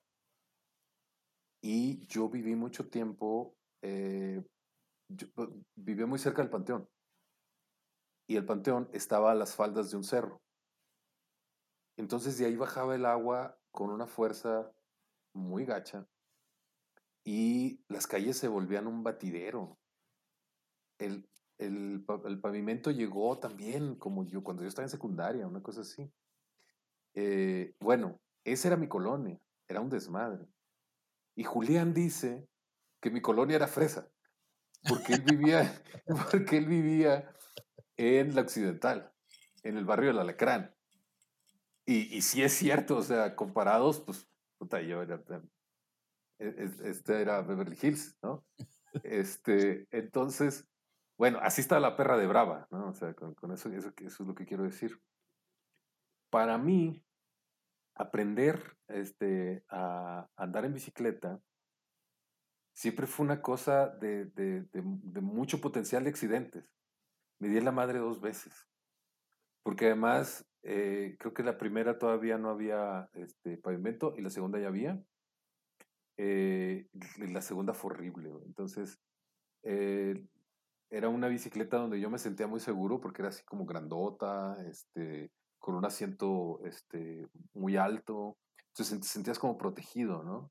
y yo viví mucho tiempo, eh, yo, pues, vivía muy cerca del panteón y el panteón estaba a las faldas de un cerro. Entonces de ahí bajaba el agua con una fuerza muy gacha y las calles se volvían un batidero. El, el, pa- el pavimento llegó también como yo cuando yo estaba en secundaria, una cosa así. Eh, bueno, esa era mi colonia, era un desmadre. Y Julián dice que mi colonia era fresa, porque él vivía, porque él vivía en la Occidental, en el barrio del Alacrán. Y, y sí es cierto, o sea, comparados, pues, puta, yo era, e- e- este era Beverly Hills, ¿no? Este, entonces, bueno, así está la perra de Brava, ¿no? O sea, con, con eso, eso, eso es lo que quiero decir. Para mí, aprender este, a andar en bicicleta siempre fue una cosa de, de, de, de mucho potencial de accidentes. Me di en la madre dos veces, porque además eh, creo que la primera todavía no había este, pavimento y la segunda ya había. Eh, y la segunda fue horrible. Güey. Entonces, eh, era una bicicleta donde yo me sentía muy seguro porque era así como grandota, este, con un asiento este, muy alto. Entonces te sentías como protegido, ¿no?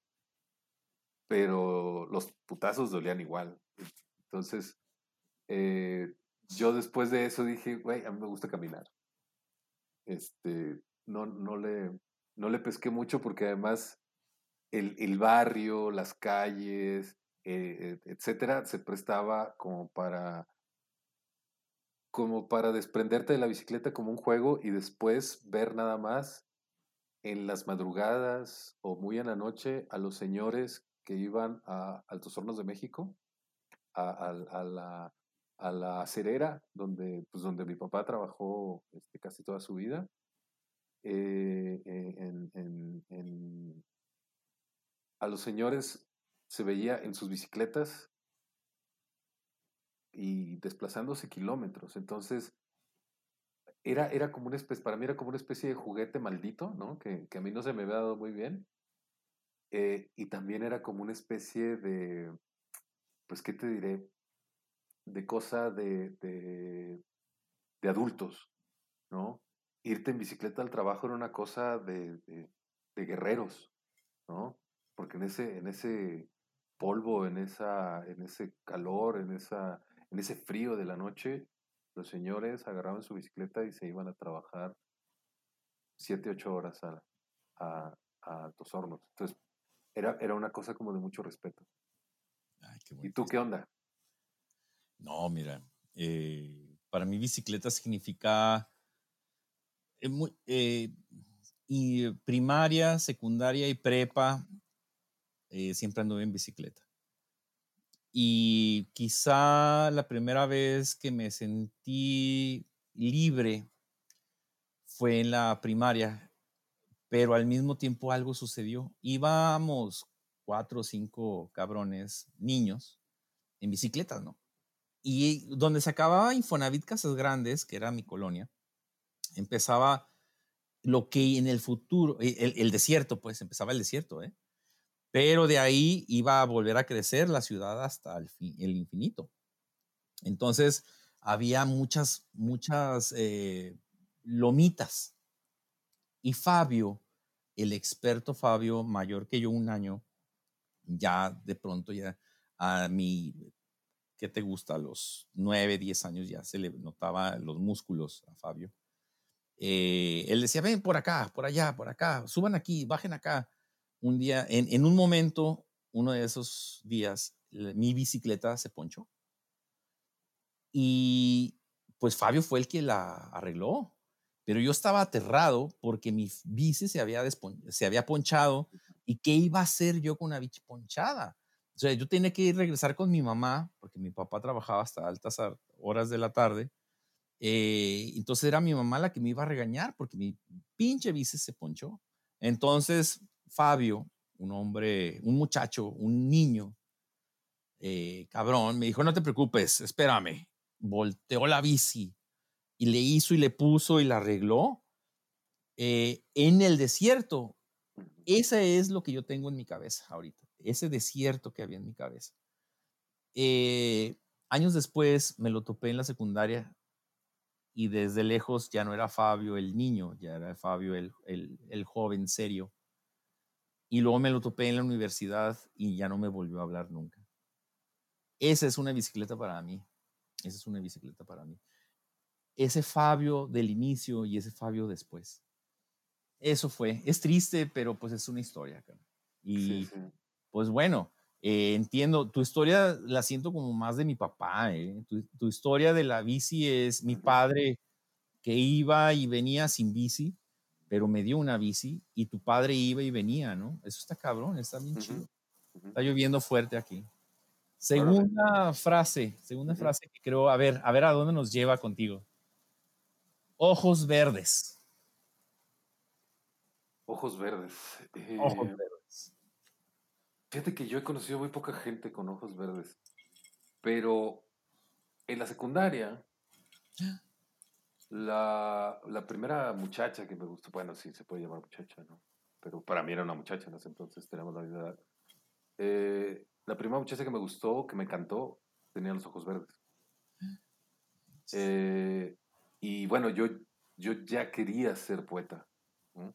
Pero los putazos dolían igual. Entonces, eh, yo después de eso dije, güey, a mí me gusta caminar. Este, no, no le, no le pesqué mucho porque además el, el barrio, las calles, eh, eh, etcétera, se prestaba como para, como para desprenderte de la bicicleta como un juego y después ver nada más en las madrugadas o muy en la noche a los señores que iban a Altos Hornos de México, a, a- a la, a la acerera, donde, pues, donde mi papá trabajó este, casi toda su vida, eh, eh, en, en- en- a los señores se veía en sus bicicletas y desplazándose kilómetros. Entonces, era, era como una especie, para mí era como una especie de juguete maldito, ¿no? Que, que a mí no se me había dado muy bien. Eh, y también era como una especie de, pues, ¿qué te diré? De cosa de, de, de adultos, ¿no? Irte en bicicleta al trabajo era una cosa de, de, de guerreros, ¿no? Porque en ese, en ese polvo, en, esa, en ese calor, en, esa, en ese frío de la noche, los señores agarraban su bicicleta y se iban a trabajar siete, ocho horas a, a, a Altos Hornos. Entonces, era, era una cosa como de mucho respeto. Ay, qué ¿Y bonita tú qué historia. onda? No, mira, eh, para mí bicicleta significa eh, muy- eh, y primaria, secundaria y prepa, eh, siempre anduve en bicicleta. Y quizá la primera vez que me sentí libre fue en la primaria, pero al mismo tiempo algo sucedió. Íbamos cuatro o cinco cabrones, niños, en bicicletas, ¿no? Y donde se acababa Infonavit Casas Grandes, que era mi colonia, empezaba lo que en el futuro, e el el desierto, pues, empezaba el desierto, ¿eh? Pero de ahí iba a volver a crecer la ciudad hasta el fin el infinito. Entonces, había muchas muchas, eh, lomitas. Y Fabio, el experto Fabio, mayor que yo un año, ya de pronto ya a mí, ¿qué te gusta? A los nueve, diez años ya se le notaba los músculos a Fabio. Eh, él decía, ven por acá, por allá, por acá, suban aquí, bajen acá. Un día, en, en un momento, uno de esos días, le- mi bicicleta se ponchó. Y pues Fabio fue el que la arregló, pero yo estaba aterrado porque mi f- bici se había, despon- se había ponchado y qué iba a hacer yo con una bici ponchada. O sea, yo tenía que ir regresar con mi mamá porque mi papá trabajaba hasta altas ar- horas de la tarde. Eh, entonces era mi mamá la que me iba a regañar porque mi pinche bici se ponchó. Entonces Fabio, un hombre, un muchacho, un niño, eh, cabrón, me dijo, no te preocupes, espérame. Volteó la bici y le hizo y le puso y la arregló eh, en el desierto. Ujú. Ese es lo que yo tengo en mi cabeza ahorita, ese desierto que había en mi cabeza. Eh, Años después me lo topé en la secundaria y desde lejos ya no era Fabio el niño, ya era Fabio el, el, el joven serio. Y luego me lo topé en la universidad y ya no me volvió a hablar nunca. Esa es una bicicleta para mí. Esa es una bicicleta para mí. Ese Fabio del inicio y ese Fabio después. Eso fue. Es triste, pero pues es una historia, cara. Sí, Y sí. pues bueno, eh, entiendo. Tu historia la siento como más de mi papá, ¿eh? Tu, tu historia de la bici es mi Ujú, padre que iba y venía sin bici, pero me dio una bici y tu padre iba y venía, ¿no? Eso está cabrón, está bien ujú, chido. ujú. Está lloviendo fuerte aquí. Órale. Segunda frase, segunda Ujú. frase que creo, a ver, a ver a dónde nos lleva contigo. Ojos verdes. Ojos verdes. Ojos Eh, verdes. fíjate que yo he conocido muy poca gente con ojos verdes, pero en la secundaria, la, la primera muchacha que me gustó, bueno, sí se puede llamar muchacha, ¿no? Pero para mí era una muchacha en ese entonces, teníamos la misma edad. Eh, la primera muchacha que me gustó, que me encantó, tenía los ojos verdes. Eh, y bueno, yo, yo ya quería ser poeta, ¿no?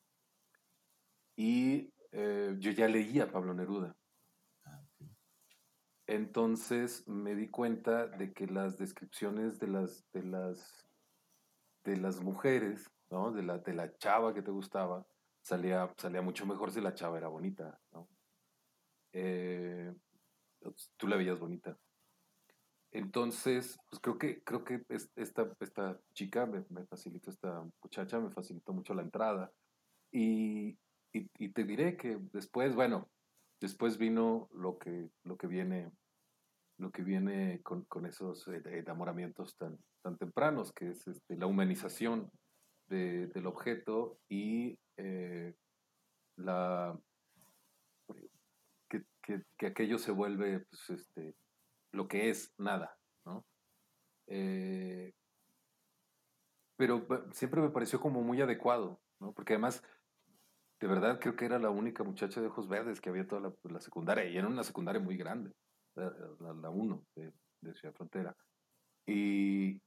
Y eh, yo ya leía a Pablo Neruda. Ah, ok. Entonces me di cuenta de que las descripciones de las, de las, de las mujeres, ¿no? De la, de la chava que te gustaba, salía, salía mucho mejor si la chava era bonita, ¿no? Eh, tú la veías bonita. Entonces, pues creo que, creo que es- esta, esta chica me, me facilitó, esta muchacha me facilitó mucho la entrada. Y, y, y te diré que después, bueno, después vino lo que, lo que viene, lo que viene con, con esos eh, enamoramientos tan, tan tempranos, que es este, la humanización de- del objeto y eh, la, que, que, que aquello se vuelve pues, este, lo que es nada, ¿no? Eh, pero eh, siempre me pareció como muy adecuado, ¿no? Porque además, de verdad, creo que era la única muchacha de ojos verdes que había toda la, la secundaria, y era una secundaria muy grande, la, la, la uno de, de Ciudad Frontera. Y,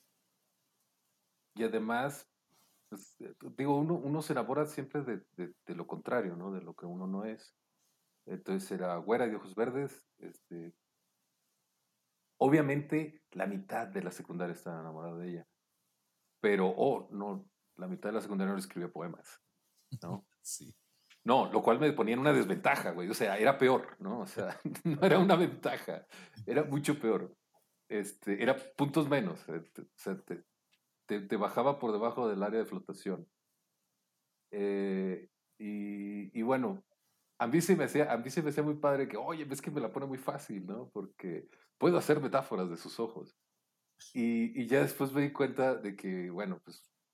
y además, pues, eh, digo, uno, uno se enamora siempre de, de, de lo contrario, ¿no? De lo que uno no es. Entonces era güera de ojos verdes, este, obviamente la mitad de la secundaria estaba enamorada de ella, pero, oh, no, la mitad de la secundaria no le escribía poemas, ¿no? Sí. No, lo cual me ponía en una desventaja, güey. O sea, era peor, ¿no? O sea, no era una ventaja, era mucho peor. Este, era puntos menos. eh, te- O sea, te, te- te bajaba por debajo del área de flotación. Eh, y, y bueno, a mí se me hacía, a mí se me hacía muy padre que, oye, ves que me la pone muy fácil, ¿no? Porque puedo hacer metáforas de sus ojos. Y, y ya después me di cuenta de que, bueno, pues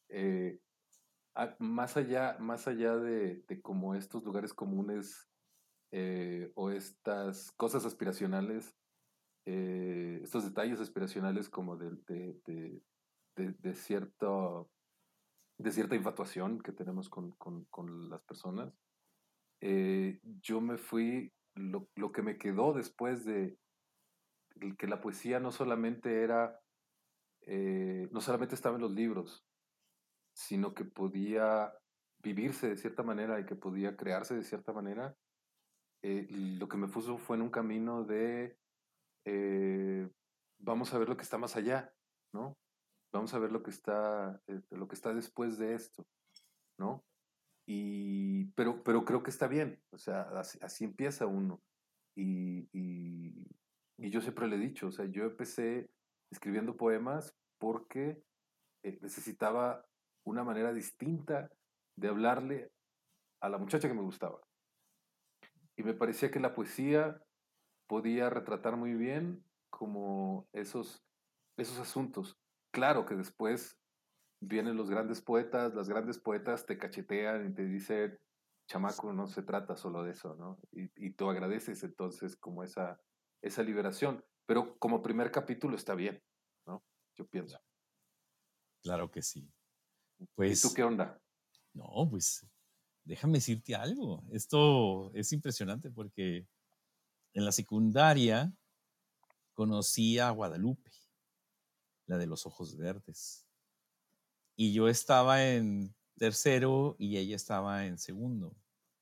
eh, a- más allá, más allá de, de como estos lugares comunes eh, o estas cosas aspiracionales, eh, estos detalles aspiracionales como de, de, de, de- de cierto, de cierta infatuación que tenemos con, con- con las personas, eh, yo me fui, lo, lo que me quedó después de que la poesía no solamente era, eh, no solamente estaba en los libros, sino que podía vivirse de cierta manera y que podía crearse de cierta manera, eh, lo que me puso fue en un camino de eh, vamos a ver lo que está más allá, ¿no? Vamos a ver lo que está, eh, lo que está después de esto, ¿no? Y, pero, pero creo que está bien, o sea, así, así empieza uno. Y, y, y yo siempre le he dicho, o sea, yo empecé escribiendo poemas porque eh, necesitaba una manera distinta de hablarle a la muchacha que me gustaba. Y me parecía que la poesía podía retratar muy bien como esos, esos asuntos. Claro que después vienen los grandes poetas, las grandes poetas te cachetean y te dicen, chamaco, no se trata solo de eso, ¿no? Y, y tú agradeces entonces como esa, esa liberación. Pero como primer capítulo está bien, ¿no? Yo pienso. Claro que sí. ¿Y tú Pues, qué onda? no, pues déjame decirte algo. Esto es impresionante porque en la secundaria conocí a Guadalupe, la de los ojos verdes. Y yo estaba en tercero y ella estaba en segundo.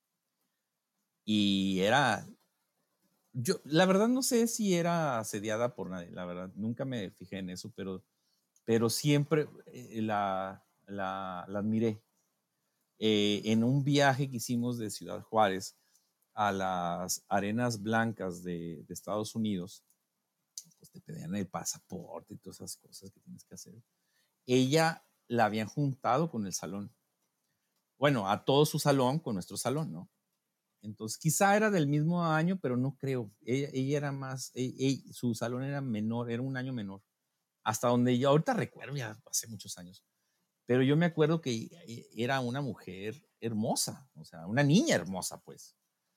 Y era, yo, la verdad no sé si era asediada por nadie, la verdad, nunca me fijé en eso, pero, pero siempre eh, la, la, la admiré. Eh, en un viaje que hicimos de Ciudad Juárez a las arenas blancas de, de Estados Unidos, pues te pedían el pasaporte y todas esas cosas que tienes que hacer. Ella la habían juntado con el salón. Bueno, a todo su salón con nuestro salón, ¿no? Entonces, quizá era del mismo año, pero no creo. Ella, ella era más, ella, ella, su salón era menor, era un año menor. Hasta donde yo ahorita recuerdo, ya hace muchos años, pero yo me acuerdo que era una mujer hermosa, o sea, una niña hermosa, pues.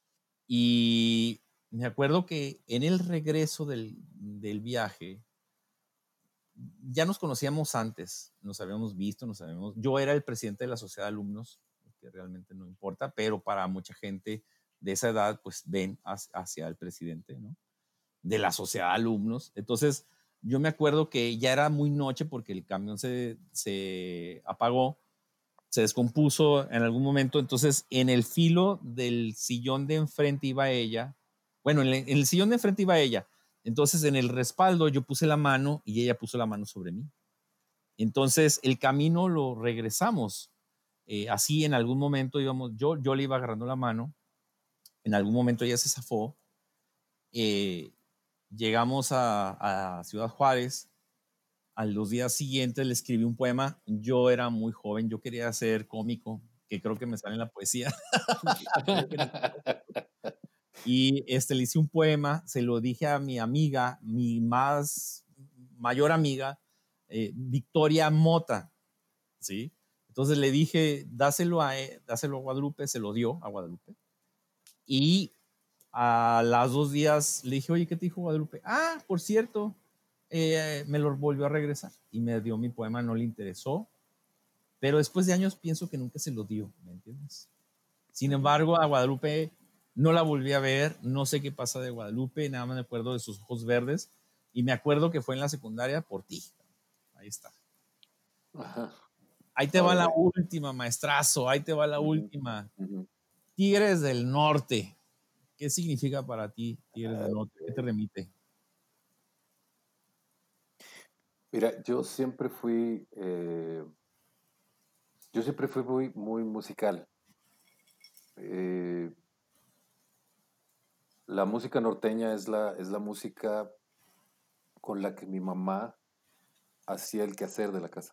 Y me acuerdo que en el regreso del, del viaje, ya nos conocíamos antes, nos habíamos visto, nos habíamos, yo era el presidente de la sociedad de alumnos, que realmente no importa, pero para mucha gente de esa edad, pues ven hacia el presidente, ¿no? De la sociedad de alumnos. Entonces, yo me acuerdo que ya era muy noche porque el camión se, se apagó, se descompuso en algún momento, entonces en el filo del sillón de enfrente iba ella, bueno, en el, en el sillón de enfrente iba ella, entonces en el respaldo yo puse la mano y ella puso la mano sobre mí. Entonces el camino lo regresamos. Eh, así en algún momento íbamos, yo, yo le iba agarrando la mano, en algún momento ella se zafó, eh, llegamos a, a Ciudad Juárez, a los días siguientes le escribí un poema, yo era muy joven, yo quería ser cómico, que creo que me sale en la poesía, y este, le hice un poema, se lo dije a mi amiga, mi más mayor amiga, eh, Victoria Mota, ¿sí? Entonces le dije, dáselo a, dáselo a Guadalupe, se lo dio a Guadalupe. Y a las dos días le dije, oye, ¿qué te dijo Guadalupe? Ah, por cierto, eh, me lo volvió a regresar y me dio mi poema, no le interesó, pero después de años pienso que nunca se lo dio, ¿me entiendes? Sin embargo, a Guadalupe no la volví a ver, no sé qué pasa de Guadalupe, nada más me acuerdo de sus ojos verdes y me acuerdo que fue en la secundaria por ti. Ahí está. Ajá. Ahí te va la Órale. última, maestrazo, ahí te va la Ujú, última. ujú. Tigres del Norte. ¿Qué significa para ti Tigres Ah, del Norte? ¿Qué te ok. remite? Mira, yo siempre fui, eh, yo siempre fui muy, muy musical. Eh, la música norteña es la, es la música con la que mi mamá hacía el quehacer de la casa.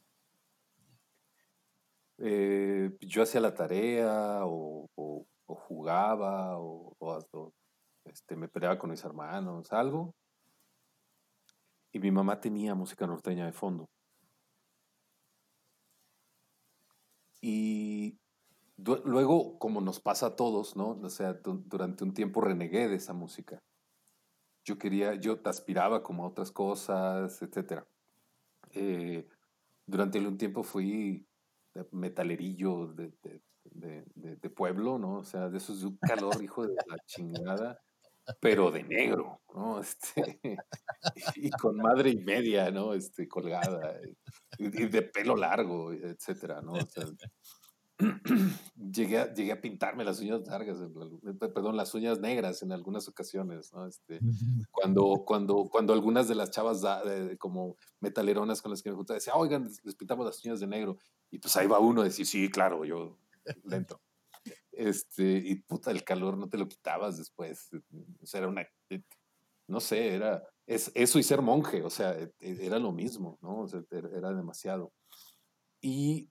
Eh, yo hacía la tarea o, o- o jugaba o, o- o, este, me peleaba con mis hermanos, algo, y mi mamá tenía música norteña de fondo. Y du- luego, como nos pasa a todos, ¿no? O sea, du- durante un tiempo renegué de esa música. Yo quería, yo aspiraba como a otras cosas, etcétera. Eh, Durante un tiempo fui de- metalerillo de, de, de- de- de pueblo, ¿no? O sea, de esos de un calor, hijo de la chingada, pero de negro, ¿no? Este, y con madre y media, ¿no? Este, colgada, y, y de pelo largo, etcétera, ¿no? O sea, llegué a, llegué a pintarme las uñas largas, en algún- eh, perdón, las uñas negras en algunas ocasiones, ¿no? Este, cuando, cuando, cuando algunas de las chavas da- de- como metaleronas con las que me juntaba decían, oigan, les, les pintamos las uñas de negro. Y pues ahí va uno a decir, sí, claro, yo lento. Este, y puta, el calor no te lo quitabas después. O sea, era una, eh, no sé, era es, eso y ser monje, o sea, e- e- era lo mismo, ¿no? O sea, era era demasiado. Y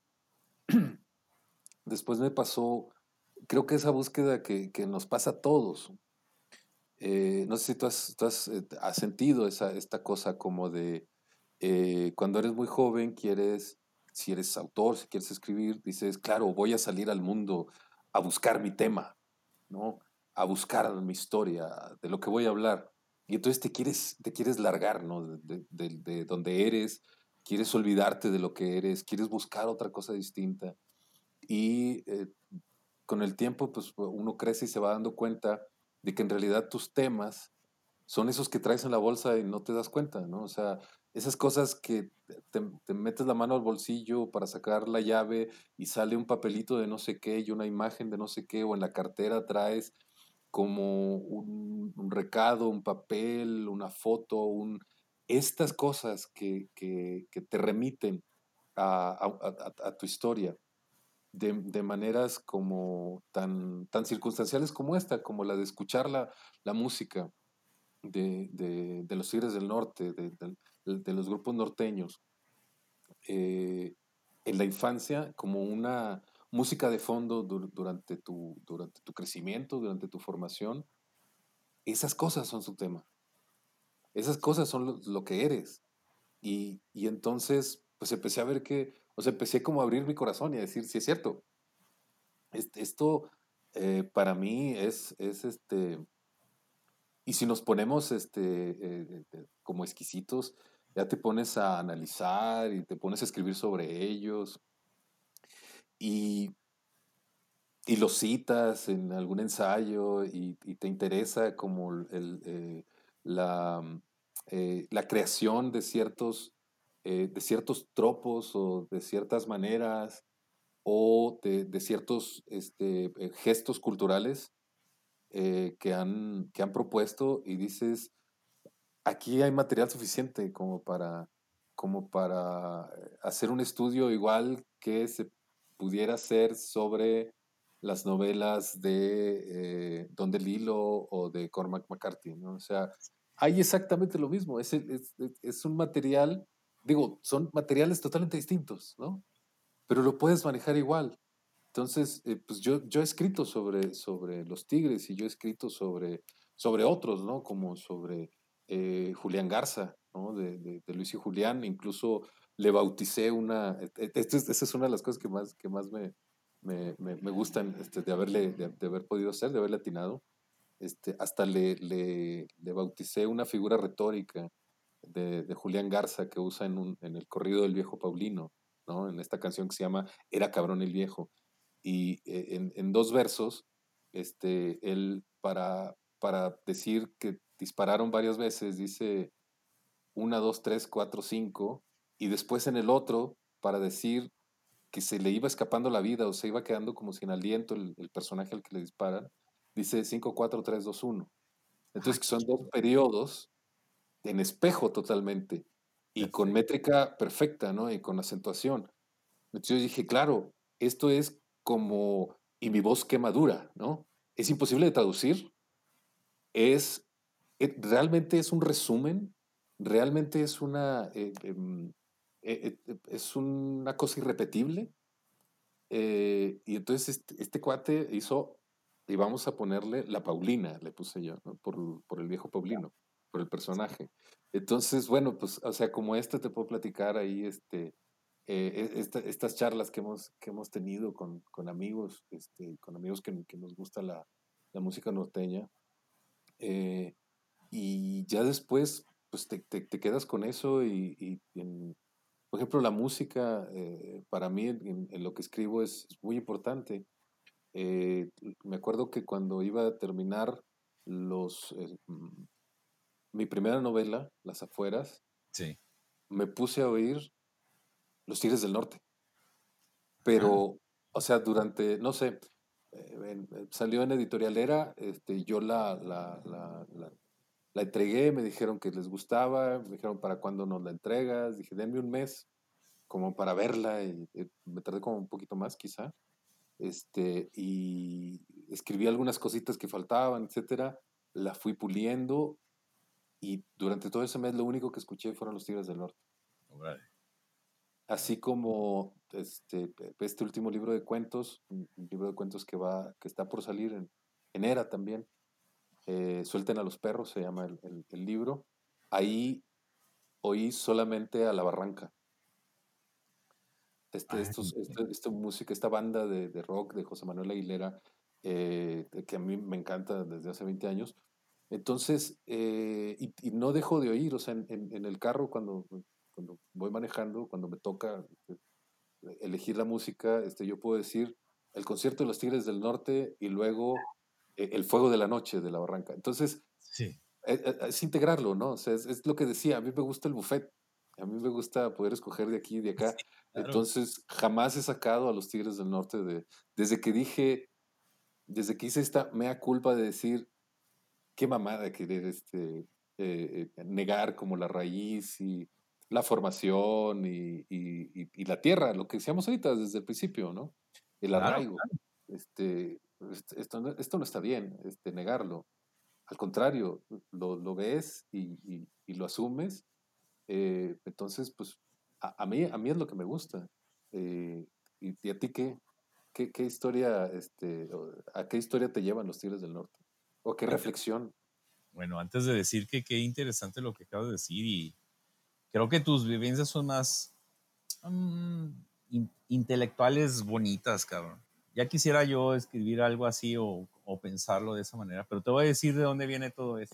después me pasó, creo que esa búsqueda que, que nos pasa a todos. Eh, no sé si tú has, tú has, eh, has sentido esa, esta cosa como de eh, cuando eres muy joven, quieres, si eres autor, si quieres escribir, dices, claro, voy a salir al mundo a buscar mi tema, ¿no? A buscar mi historia, de lo que voy a hablar. Y entonces te quieres, te quieres largar, ¿no? De, de, de, de donde eres, quieres olvidarte de lo que eres, quieres buscar otra cosa distinta. Y eh, con el tiempo, pues uno crece y se va dando cuenta de que en realidad tus temas son esos que traes en la bolsa y no te das cuenta, ¿no? O sea, esas cosas que te, te metes la mano al bolsillo para sacar la llave y sale un papelito de no sé qué y una imagen de no sé qué, o en la cartera traes como un, un recado, un papel, una foto, un, estas cosas que, que, que te remiten a, a, a, a tu historia de, de, maneras como tan, tan circunstanciales como esta, como la de escuchar la, la música de, de, de, los Tigres del Norte, de, de, de los grupos norteños, eh, en la infancia como una música de fondo dur, durante, tu, durante tu crecimiento, durante tu formación. Esas cosas son su tema. Esas cosas son lo, lo que eres. Y, y entonces, pues empecé a ver que, o sea, empecé como a abrir mi corazón y a decir, sí es cierto, esto eh, para mí es, es este, y si nos ponemos este, eh, eh, como exquisitos, ya te pones a analizar y te pones a escribir sobre ellos y, y los citas en algún ensayo y, y te interesa como el, eh, la, mm, eh, la creación de ciertos, eh, de ciertos tropos o de ciertas maneras o de, de ciertos este, eh, gestos culturales eh, que, han, que han propuesto y dices, aquí hay material suficiente como para, como para eh, hacer un estudio igual que se pudiera hacer sobre las novelas de eh, Don DeLillo o de Cormac McCarthy, ¿no? O sea, hay exactamente lo mismo, es, es, es un material, digo, son materiales totalmente distintos, ¿no? Pero lo puedes manejar igual. Entonces, eh, pues yo, yo he escrito sobre, sobre los Tigres y yo he escrito sobre, sobre otros, ¿no? Como sobre eh, Julián Garza, ¿no? De, de, de Luis y Julián. Incluso le bauticé una, esta es, esta es una de las cosas que más, que más me, me, me, me gustan este, de, haberle, de, de, haber podido hacer, de haberle atinado. Este, hasta le, le, le bauticé una figura retórica de, de Julián Garza que usa en, un, en el corrido del viejo Paulino, ¿no? En esta canción que se llama Era cabrón el viejo y eh, en, en, dos versos, este, él para, para decir que dispararon varias veces, dice una, dos, tres, cuatro, cinco, y después en el otro, para decir que se le iba escapando la vida o se iba quedando como sin aliento el, el personaje al que le disparan, dice cinco, cuatro, tres, dos, uno. Ah, Entonces, que qué son dos chido. periodos en espejo totalmente y con Perfecto. métrica perfecta, ¿no? Y con acentuación. Entonces yo dije, claro, esto es como, y mi voz qué madura, ¿no? Es imposible de traducir, es, eh, realmente es un resumen, realmente es una, eh, em, eh, eh, es una cosa irrepetible. Eh, y entonces este, este cuate hizo, y vamos a ponerle la Paulina, le puse yo, ¿no? Por, por el viejo Paulino, por el personaje. Entonces, bueno, pues, o sea, como este te puedo platicar ahí, este, eh, esta- estas charlas que hemos, que hemos tenido con, con amigos, este, con amigos que, que nos gusta la, la música norteña. eh, y ya después, pues te, te- te quedas con eso y, y en- por ejemplo, la música, eh, para mí en, en lo que escribo es, es muy importante. Eh, Me acuerdo que cuando iba a terminar los, eh, mm, mi primera novela, Las Afueras, Sí. me puse a oír Los Tigres del Norte. Ah, Pero, o sea, durante, no sé, eh, en- eh, salió en Editorialera, este, yo la, la, la, la, la entregué, me dijeron que les gustaba, me dijeron para cuándo nos la entregas, dije, denme un mes como para verla y eh, me tardé como un poquito más quizá, este, y escribí algunas cositas que faltaban, etcétera, la fui puliendo y durante todo ese mes lo único que escuché fueron Los Tigres del Norte. órale. Así como este, este último libro de cuentos, un un libro de cuentos que va, que está por salir en, en Era también, eh, Suelten a los perros, se llama el, el- el libro. Ahí oí solamente a La Barranca. Este, Ay, estos, sí. este, esta música, esta banda de, de rock de José Manuel Aguilera, eh, que a mí me encanta desde hace veinte años. Entonces, eh, y, y no dejo de oír, o sea, en, en- en el carro cuando, cuando voy manejando, cuando me toca elegir la música, este, yo puedo decir el concierto de los Tigres del Norte y luego eh, el Fuego de la Noche de La Barranca. Entonces, Sí. eh, eh, es integrarlo, ¿no? O sea, es, es lo que decía, a mí me gusta el buffet, a mí me gusta poder escoger de aquí y de acá. Sí, claro. Entonces, jamás he sacado a los Tigres del Norte de, desde que dije, desde que hice esta mea culpa de decir, qué mamada querer este, eh, eh, negar como la raíz y la formación y, y- y- y la tierra, lo que decíamos ahorita desde el principio, ¿no? El Claro, arraigo. Este, est- esto, no, esto no está bien, este, negarlo. Al contrario, lo, lo ves y, y- y lo asumes. eh, entonces, pues, a, a mí, a mí es lo que me gusta. Eh, y, y a ti qué, qué, qué historia, este, o- a qué historia te llevan los Tigres del Norte? ¿O qué fíjate. reflexión? Bueno, antes de decir que qué interesante lo que acabas de decir y creo que tus vivencias son más mm, in- intelectuales bonitas, cabrón. Ya quisiera yo escribir algo así o, o pensarlo de esa manera, pero te voy a decir de dónde viene todo esto.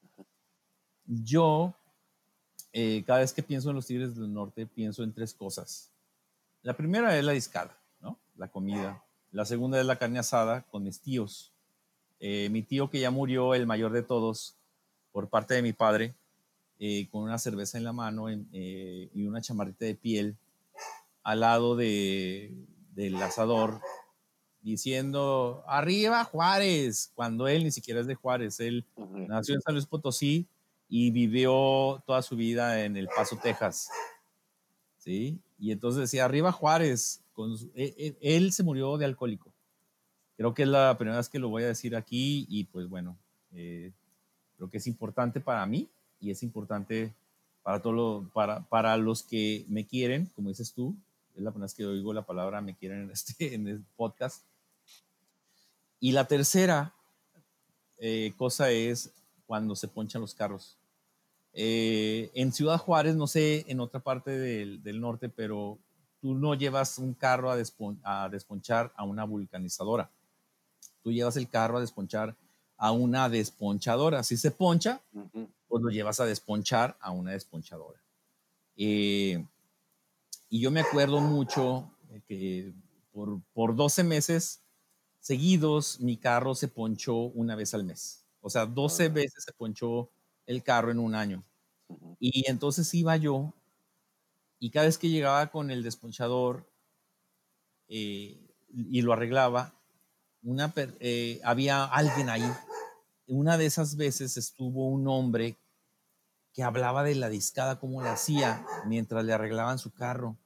Yo, eh, cada vez que pienso en los Tigres del Norte, pienso en tres cosas. La primera es la discada, ¿no? La comida. La segunda es la carne asada con mis tíos. Eh, mi tío que ya murió, el mayor de todos, por parte de mi padre, eh, con una cerveza en la mano en, eh, y una chamarrita de piel al lado de, del asador, diciendo, arriba Juárez, cuando él ni siquiera es de Juárez, él Ujú. nació en San Luis Potosí y vivió toda su vida en El Paso, Texas, ¿sí? Y entonces decía, arriba Juárez, con su, él, él, él se murió de alcohólico. Creo que es la primera vez que lo voy a decir aquí y pues bueno, eh, creo que es importante para mí y es importante para, todo lo, para, para los que me quieren, como dices tú, es la primera vez que oigo la palabra me quieren en este en el podcast. Y la tercera eh, cosa es cuando se ponchan los carros. Eh, en Ciudad Juárez, no sé, en otra parte del, del norte, pero tú no llevas un carro a, despon a desponchar a una vulcanizadora. Tú llevas el carro a desponchar a una desponchadora. Si se poncha, Ujú. pues lo llevas a desponchar a una desponchadora. Eh, y yo me acuerdo mucho que por, por doce meses seguidos mi carro se ponchó una vez al mes. O sea, doce Órale. veces se ponchó el carro en un año. Ujú. Y entonces iba yo y cada vez que llegaba con el desponchador eh, y lo arreglaba, una, eh, había alguien ahí. Una de esas veces estuvo un hombre que hablaba de la discada, cómo la hacía mientras le arreglaban su carro.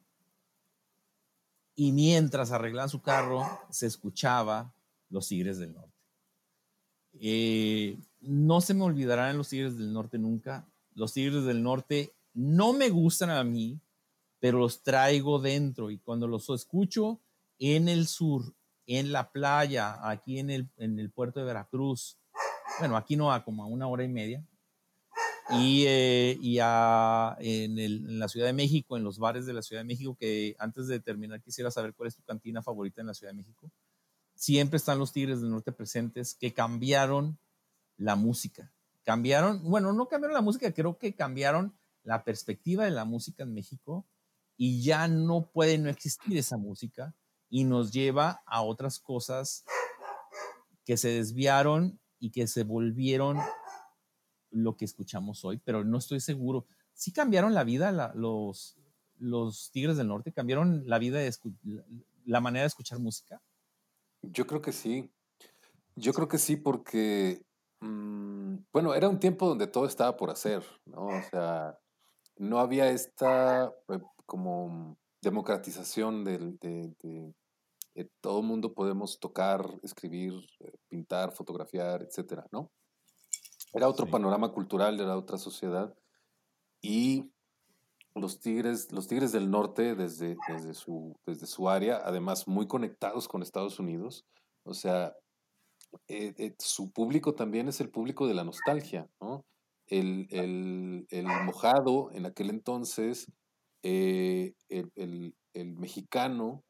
Y mientras arreglaban su carro, se escuchaba Los Tigres del Norte. Eh, no se me olvidarán los Tigres del Norte nunca. Los Tigres del Norte no me gustan a mí, pero los traigo dentro. Y cuando los escucho en el sur, en la playa, aquí en el, en el puerto de Veracruz, bueno, aquí no, a como a una hora y media, Y, eh, y a- en, el- en la Ciudad de México, en los bares de la Ciudad de México, que antes de terminar quisiera saber cuál es tu cantina favorita en la Ciudad de México. Siempre están los Tigres del Norte presentes que cambiaron la música. Cambiaron, bueno, no cambiaron la música, creo que cambiaron la perspectiva de la música en México y ya no puede no existir esa música y nos lleva a otras cosas que se desviaron y que se volvieron lo que escuchamos hoy, pero no estoy seguro. ¿Sí cambiaron la vida la- los, los Tigres del Norte? ¿Cambiaron la vida de escu- la, la manera de escuchar música? Yo creo que sí. Yo Sí, creo que sí porque, mm, bueno, era un tiempo donde todo estaba por hacer, ¿no? O sea, no había esta eh, como democratización del, de, de- de todo mundo podemos tocar, escribir, eh, pintar, fotografiar, etcétera, ¿no? Era otro sí, panorama cultural, era otra sociedad y los Tigres, los Tigres del Norte desde, desde su, desde su área, además muy conectados con Estados Unidos, o sea, eh, eh, su público también es el público de la nostalgia, ¿no? El, el- el mojado en aquel entonces, eh, el, el- el mexicano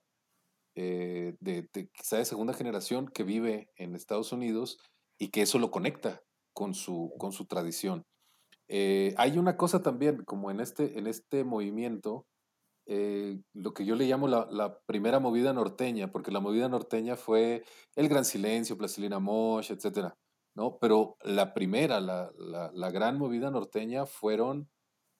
eh, de, de quizá de segunda generación que vive en Estados Unidos y que eso lo conecta con su, con su tradición. Eh, hay una cosa también, como en este, en este movimiento, eh, lo que yo le llamo la, la primera movida norteña, porque la movida norteña fue El Gran Silencio, Plastilina Mosh, etcétera, ¿no? Pero la primera, la, la- la gran movida norteña fueron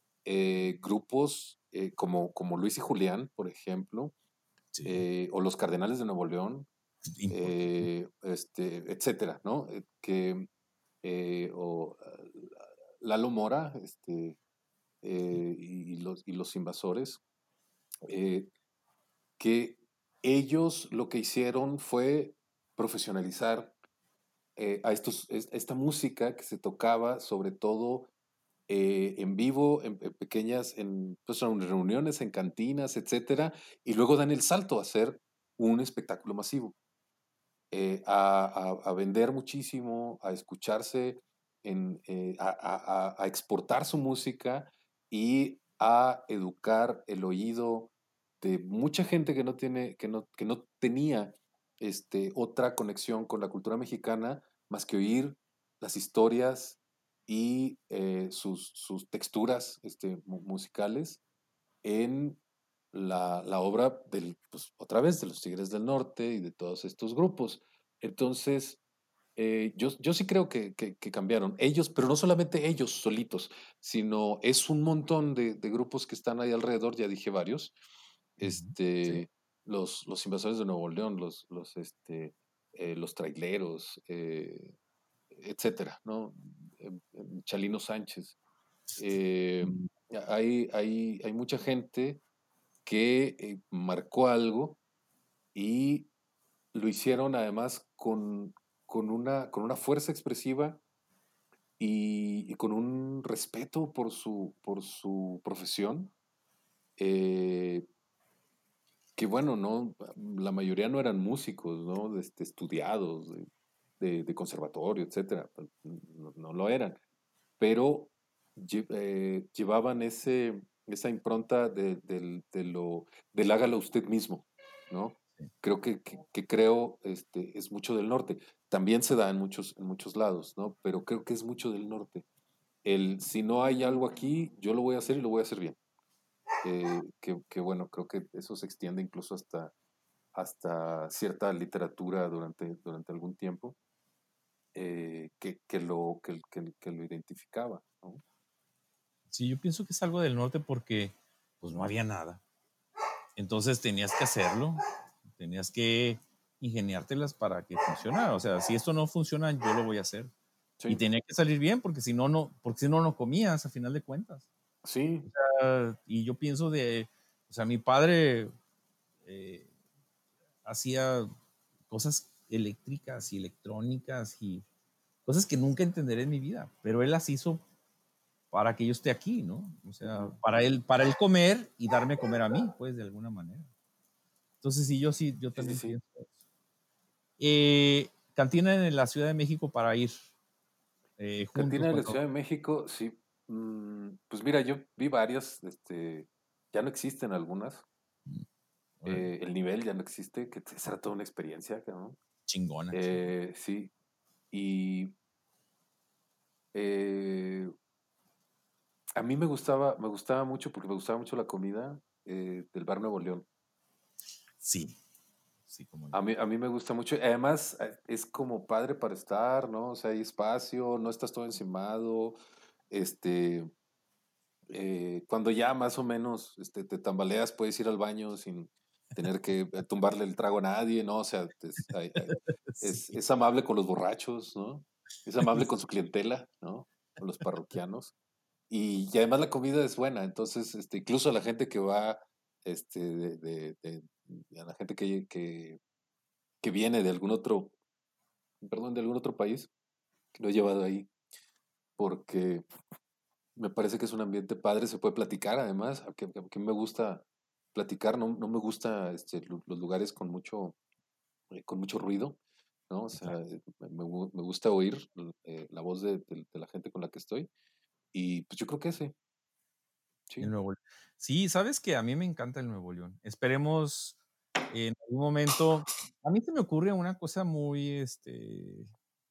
eh, grupos eh, como, como Luis y Julián, por ejemplo, sí, eh, o los Cardenales de Nuevo León, importante. eh, este, etcétera, ¿no? Eh, que, eh, o eh, Lalo Mora, este, eh, y, y los, y los invasores. eh, que ellos lo que hicieron fue profesionalizar eh, a estos, es- esta música que se tocaba sobre todo eh, en vivo, en, en pequeñas, en pues, en reuniones, en cantinas, etcétera, y luego dan el salto a hacer un espectáculo masivo, eh, a, a- a vender muchísimo, a escucharse, en, eh, a, a- a- a exportar su música y a educar el oído de mucha gente que no tiene, que no, que no tenía este, otra conexión con la cultura mexicana más que oír las historias y eh, sus, sus texturas este, mu- musicales en la, la obra del, pues, otra vez, de los Tigres del Norte y de todos estos grupos. Entonces, eh, yo, yo sí creo que, que- que cambiaron. Ellos, pero no solamente ellos solitos, sino es un montón de, de grupos que están ahí alrededor, ya dije varios, Ujú, sí, este, los, los Invasores de Nuevo León, los, los, este, eh, los Traileros, eh, etcétera, ¿no? Em, em, Chalino Sánchez. Eh, mm, hay, hay, hay mucha gente que eh, marcó algo y lo hicieron además con, con una, con una fuerza expresiva y, y con un respeto por su, por su profesión, eh, que bueno, no, la mayoría no eran músicos, ¿no? Este, estudiados, de, de- de conservatorio, etcétera, pues, no, no lo eran, pero lle- eh, llevaban ese, esa impronta de, del, de lo, del hágalo usted mismo, ¿no? sí. Creo que, que, que creo este, es mucho del norte. También se da en muchos, en muchos lados, ¿no? Pero creo que es mucho del norte. El si no hay algo aquí, yo lo voy a hacer y lo voy a hacer bien. Eh, que, que bueno, creo que eso se extiende incluso hasta, hasta cierta literatura durante, durante algún tiempo eh, que, que, lo, que, que, que lo identificaba, ¿no? Sí, yo pienso que es algo del norte porque pues no había nada. Entonces tenías que hacerlo, tenías que ingeniártelas para que funcionara. O sea, si esto no funciona, yo lo voy a hacer. Y Sí, tenía que salir bien porque si no, no, porque si no, no comías a final de cuentas. sí, Ah, y yo pienso de, o sea, mi padre eh, hacía cosas eléctricas y electrónicas y cosas que nunca entenderé en mi vida, pero él las hizo para que yo esté aquí, ¿no? O sea, ujú. para él, para él comer y darme a comer a mí, pues, de alguna manera. Entonces, sí, yo sí, yo Sí, sí, también sí. pienso eso. Eh, cantina en la Ciudad de México para ir eh, juntos Cantina de la cuando... Ciudad de México, sí. Mm, pues mira, yo vi varias, este, ya no existen algunas. Mm, órale, Eh, el nivel ya no existe, que esa era toda una experiencia, cabrón. chingona, chingona. Eh, sí, y eh, a mí me gustaba, me gustaba mucho porque me gustaba mucho la comida eh, del Bar Nuevo León. Sí, sí, cómo no. A mí, a mí me gusta mucho. Además, eh, es como padre para estar, ¿no? O sea, hay espacio, no estás todo encimado. Este, eh, cuando ya más o menos este, te tambaleas, puedes ir al baño sin tener que eh, tumbarle el trago a nadie, ¿no? O sea, es, hay- hay- es, Sí. es amable con los borrachos, ¿no? Es amable con su clientela, ¿no? Con los parroquianos. Y, y además la comida es buena, entonces, este, incluso a la gente que va, este, de, de- de- a la gente que, que, que viene de algún otro, perdón, de algún otro país, lo he llevado ahí, porque me parece que es un ambiente padre, se puede platicar además, a que, a que me gusta platicar, no, no me gusta este, lu- los lugares con mucho, eh, con mucho ruido, ¿no? O sea, Claro, eh, me, gu- me gusta oír eh, la voz de, de- de la gente con la que estoy, y pues yo creo que ese, el sí. Nuevo León. Sí, sabes que a mí me encanta el Nuevo León. Esperemos en algún momento. A mí se me ocurre una cosa muy, este,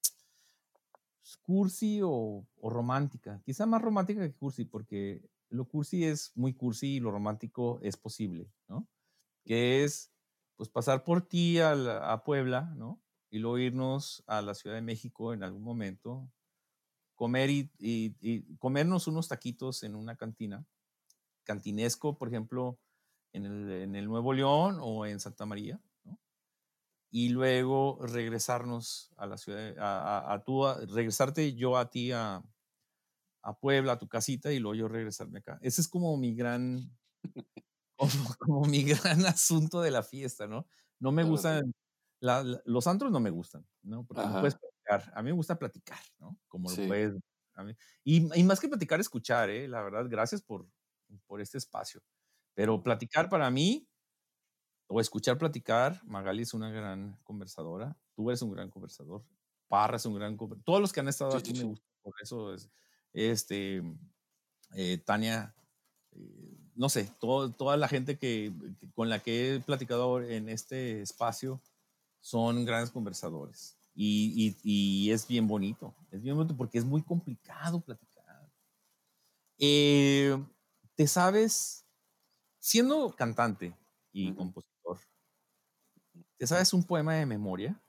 cursi o, o romántica. Quizá más romántica que cursi, porque lo cursi es muy cursi y lo romántico es posible, ¿no? Que es, pues, pasar por ti a, la- a Puebla, ¿no? Y luego irnos a la Ciudad de México en algún momento, comer y, y- y comernos unos taquitos en una cantina, cantinesco, por ejemplo, en el, en el Nuevo León o en Santa María, ¿no? Y luego regresarnos a la ciudad, de- a, a, a tú, a- regresarte yo a ti a, a Puebla, a tu casita, y luego yo regresarme acá. Ese es como mi gran, como, como mi gran asunto de la fiesta, ¿no? No me Órale. gustan, la- la- los antros no me gustan, ¿no? Porque no puedes Ajá, platicar. A mí me gusta platicar, ¿no? Como lo sí. puedes. A mí- y, y más que platicar, escuchar, ¿eh? La verdad, gracias por, por este espacio. Pero No. platicar para mí, o escuchar platicar, Magali es una gran conversadora, tú eres un gran conversador, Parra es un gran conversador. Todos los que han estado Sí, sí, aquí me sí. gustan por eso. Es, este, eh, Tania, eh, no sé, todo- toda la gente que, que- con la que he platicado en este espacio son grandes conversadores. Y, y- y es bien bonito, es bien bonito porque es muy complicado platicar. Eh, ¿Te sabes, siendo cantante y Ujú. compositor, te sabes un poema de memoria?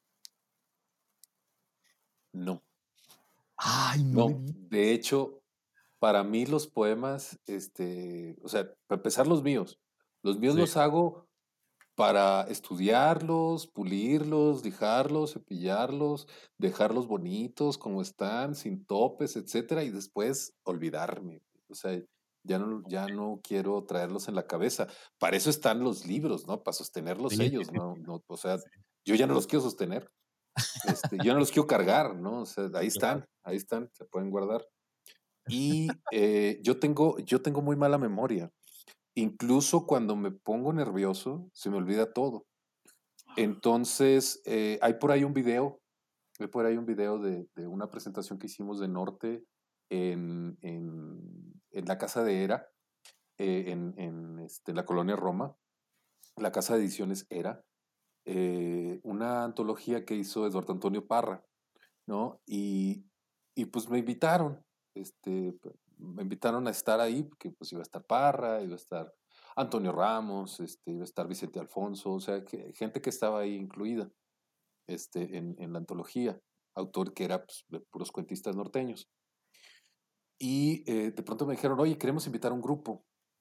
No, Ay, no me no. di. De hecho, para mí los poemas, este, o sea, para empezar los míos, los míos Sí, los hago para estudiarlos, pulirlos, lijarlos, cepillarlos, dejarlos bonitos como están, sin topes, etcétera, y después olvidarme. O sea, ya no, ya no quiero traerlos en la cabeza. Para eso están los libros, ¿no? Para sostenerlos sí, ellos, ¿no? No, o sea, sí, yo ya no los quiero sostener. Este, yo no los quiero cargar, ¿no? O sea, ahí claro. están, ahí están, se pueden guardar. Y eh, yo tengo, yo tengo muy mala memoria. Incluso cuando me pongo nervioso, se me olvida todo. Entonces, eh, hay por ahí un video, hay por ahí un video de, de una presentación que hicimos de Norte en, en, en la Casa de Era, eh, en, en, este, la colonia Roma, la Casa de Ediciones Era, eh, una antología que hizo Eduardo Antonio Parra, ¿no? Y, y pues me invitaron, este, me invitaron a estar ahí, porque pues iba a estar Parra, iba a estar Antonio Ramos, este, iba a estar Vicente Alfonso, o sea, que, gente que estaba ahí incluida este, en, en la antología, autor que era pues, de puros cuentistas norteños. Y eh, de pronto me dijeron, oye, queremos invitar a un grupo.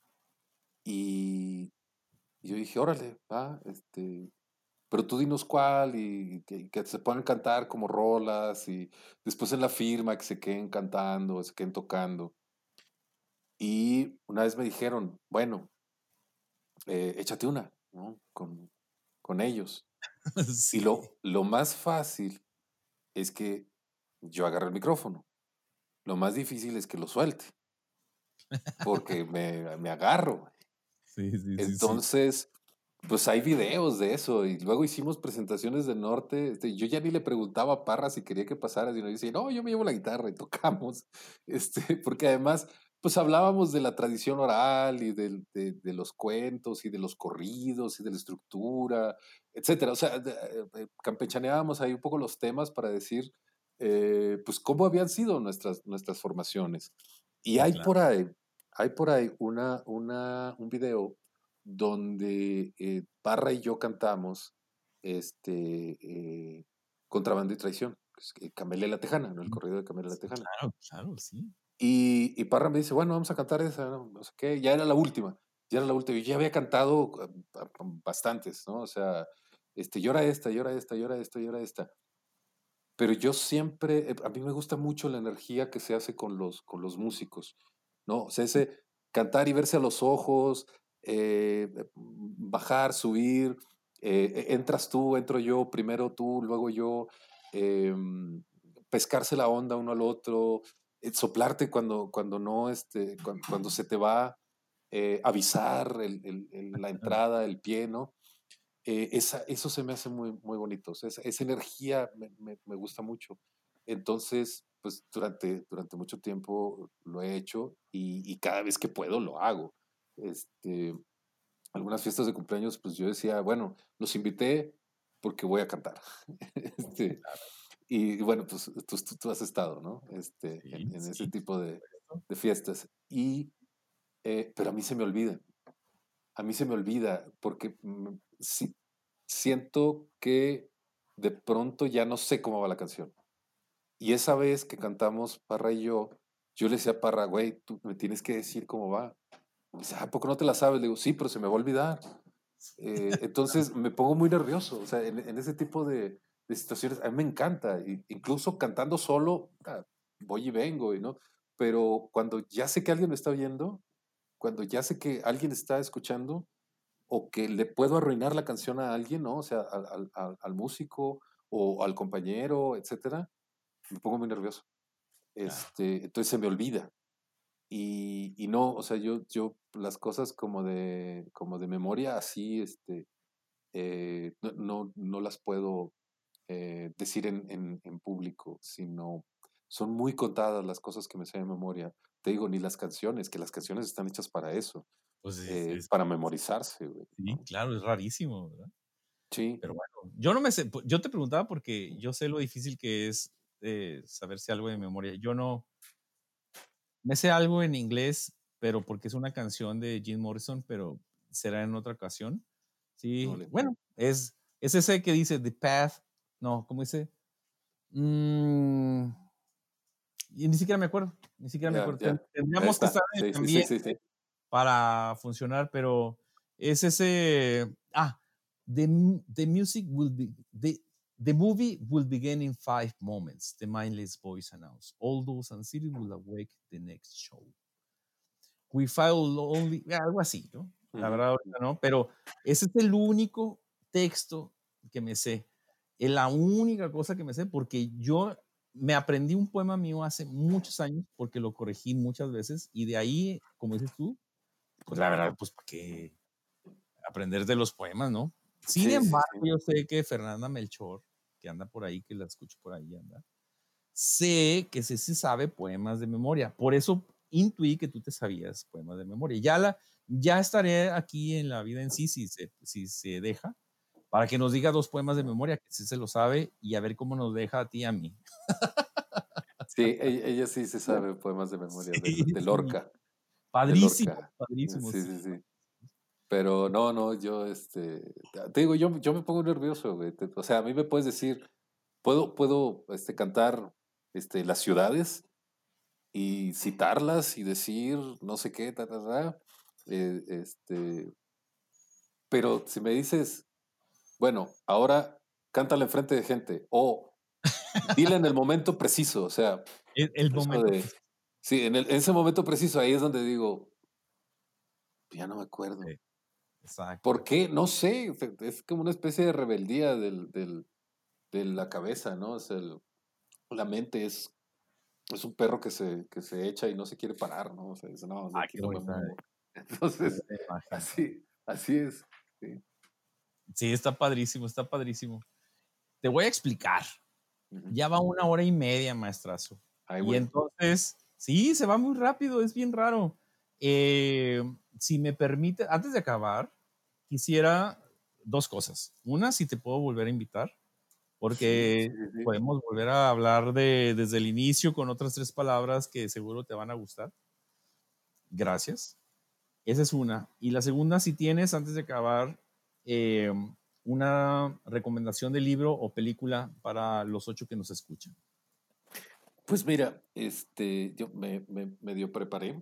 Y, y yo dije, órale, va, este, pero tú dinos cuál y que, que se puedan cantar como rolas y después en la firma que se queden cantando, se queden tocando. Y una vez me dijeron, bueno, eh, échate una, ¿no? Con, con ellos. Y Sí. lo, lo más fácil es que yo agarre el micrófono. Lo más difícil es que lo suelte, porque me, me agarro. Sí, sí, sí, sí. Entonces, Pues hay videos de eso, y luego hicimos presentaciones del norte, este, yo ya ni le preguntaba a Parra si quería que pasara, sino decía: "No, yo me llevo la guitarra", y tocamos, este, porque además, pues hablábamos de la tradición oral y del de de los cuentos y de los corridos y de la estructura, etcétera. O sea, de eh, eh, campechaneábamos ahí un poco los temas para decir, eh, pues, cómo habían sido nuestras nuestras formaciones. Y Sí, hay claro. por ahí hay por ahí una una un video donde, eh, Parra y yo cantamos, este, eh, Contrabando y Traición, pues, que Camelia la Tejana, ¿no? El Mm, corrido de Camelia la sí, Tejana. claro, claro, sí. Y y Parra me dice: "Bueno, vamos a cantar esa", ¿no? No sé qué, ya era la última, ya era la última. Yo ya había cantado, ah, ah, bastantes, ¿no? O sea, este, y ahora esta, y ahora esta, y ahora esta, y ahora esta. Pero yo siempre, eh, a mí me gusta mucho la energía que se hace con los con los músicos, ¿no? O sea, ese cantar y verse a los ojos, eh, mm, bajar, subir, eh, e entras tú, entro yo, primero tú, luego yo, em, pescarse la onda uno al otro, eh, soplarte cuando cuando no, este, cuan cuando se te va, eh, avisar el el el la entrada, el pie, ¿no? Eh, esa, eso se me hace muy, muy bonito. O sea, esa, esa energía me, me, me gusta mucho. Entonces, pues durante, durante mucho tiempo lo he hecho y, y cada vez que puedo lo hago. Este, algunas fiestas de cumpleaños, pues yo decía, bueno, los invité porque voy a cantar. Este, y, y bueno, pues tú, tú, tú has estado, ¿no? Este, en, Sí, en ese sí, tipo por de, supuesto. de fiestas. Y, eh, pero a mí se me olvida. A mí se me olvida porque mm, sí, siento que de pronto ya no sé cómo va la canción. Y esa vez que cantamos Parra y yo, yo le decía a Parra, güey, tú me tienes que decir cómo va. Y dice, ah, ¿por qué no te la sabes? Le digo, sí, pero se me va a olvidar. Eh, entonces me pongo muy nervioso. O sea, en, en ese tipo de, de situaciones, a mí me encanta. Y, incluso cantando solo, ah, voy y vengo, y ¿no? Pero cuando ya sé que alguien me está oyendo, cuando ya sé que alguien está escuchando, o que le puedo arruinar la canción a alguien, ¿no? O sea, al, al, al, al músico o al compañero, etcétera, me pongo muy nervioso. Claro. Este, entonces se me olvida. Y, y no, o sea, yo, yo las cosas como de, como de memoria, así, este, eh, no, no, no las puedo eh, decir en, en, en público, sino son muy contadas las cosas que me sé de memoria. Te digo, ni las canciones, que las canciones están hechas para eso, Pues es, eh, es- para memorizarse, güey, sí, ¿no? claro, es rarísimo, ¿verdad? Sí, Pero bueno, yo no me sé, pu- yo te preguntaba porque yo sé lo difícil que es eh, saberse algo de memoria. Yo no, me sé algo en inglés, pero porque es una canción de Jim Morrison, pero será en otra ocasión. Sí, vale. bueno, es, es ese que dice The Path, no, ¿cómo dice? Mm, y ni siquiera me acuerdo, ni siquiera me Ya, acuerdo. Ten- ya. Ahí Tendríamos que estar está. en Sí, el sí, sí, ambiente sí, sí. para funcionar, pero es ese, ah, the, m- the music will be, the, the movie will begin in five moments, the mindless voice announced. All those and city will awake the next show. We file only, algo así, ¿no? La Ujú. verdad, ahorita no, pero ese es el único texto que me sé. Es la única cosa que me sé porque yo me aprendí un poema mío hace muchos años porque lo corregí muchas veces y de ahí, como dices tú, pues la verdad, pues para qué aprender de los poemas, ¿no? Sin Sí, sí, embargo, sí. yo sé que Fernanda Melchor, que anda por ahí, que la escucho por ahí, anda, sé que sí se sabe poemas de memoria. Por eso intuí que tú te sabías poemas de memoria. Ya, la, ya estaré aquí en la vida en sí, si se, si se deja, para que nos diga dos poemas de memoria, que sí se lo sabe, y a ver cómo nos deja a ti y a mí. Sí, e ella sí se sabe poemas de memoria, Sí, de de sí. Lorca, de Padrísimo, Lorca. padrísimo, Sí, sí. sí, sí. Pero no, no, yo, este, te te digo, yo yo me pongo nervioso, güey. Te O sea, a mí me puedes decir, puedo puedo, este, cantar, este, las ciudades y citarlas y decir no sé qué, ta, ta, ta, eh, este, pero si me dices, bueno, ahora cántala enfrente de gente, o dile en el momento preciso, o sea, El, el eso momento de preciso. sí, en el en ese momento preciso, ahí es donde digo: "Ya no me acuerdo". Sí, exacto. ¿Por qué? No sé, o sea, es como una especie de rebeldía del del de la cabeza, ¿no? Es el la mente es es un perro que se que se echa y no se quiere parar, ¿no? O sea, dice: "No, de Ah, aquí qué no me bonita, muevo". qué Entonces, buena imagen. así así es, sí. Sí, está padrísimo, está padrísimo. Te voy a explicar. Ujú. Ya va una hora y media, maestrazo. Ay, Y güey. entonces, sí, se va muy rápido, es bien raro. Eh, si me permite, antes de acabar, quisiera dos cosas. Una, si te puedo volver a invitar, Sí, porque sí, sí, sí. podemos volver a hablar de desde el inicio con otras tres palabras que seguro te van a gustar. Gracias. Esa es una. Y la segunda, si tienes, antes de acabar, eh, una recomendación de libro o película para los ocho que nos escuchan. Pues mira, este, yo me, me medio preparé